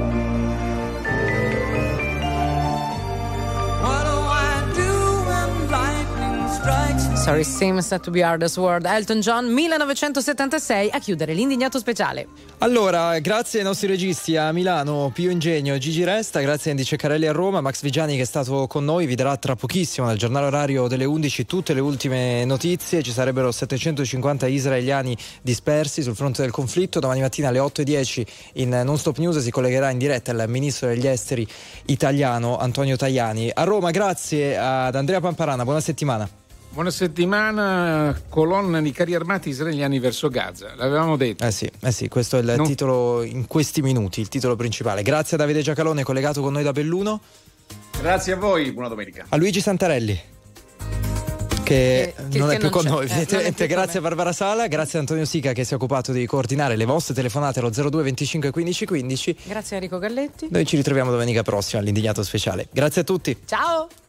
What do I do when lightning strikes me? Sorry seems to be hardest word. Elton John, 1976, a chiudere l'Indignato Speciale. Allora, grazie ai nostri registi a Milano, Pio Ingegno, Gigi Resta, grazie a Andy Ceccarelli a Roma, Max Vigiani che è stato con noi, vi darà tra pochissimo nel giornale orario delle 11 tutte le ultime notizie. Ci sarebbero 750 israeliani dispersi sul fronte del conflitto. Domani mattina alle 8:10 in Non Stop News si collegherà in diretta il ministro degli esteri italiano Antonio Tajani. A Roma, grazie ad Andrea Pamparana, buona settimana. Buona settimana. Colonna di carri armati israeliani verso Gaza, l'avevamo detto. Eh sì, questo è il titolo in questi minuti, il titolo principale. Grazie a Davide Giacalone, collegato con noi da Belluno. Grazie a voi, buona domenica. A Luigi Santarelli, che non è più con noi, evidentemente. Grazie a Barbara Sala, grazie a Antonio Sica che si è occupato di coordinare le vostre telefonate allo 02 25 15 15. Grazie a Enrico Galletti. Noi ci ritroviamo domenica prossima all'Indignato Speciale. Grazie a tutti. Ciao.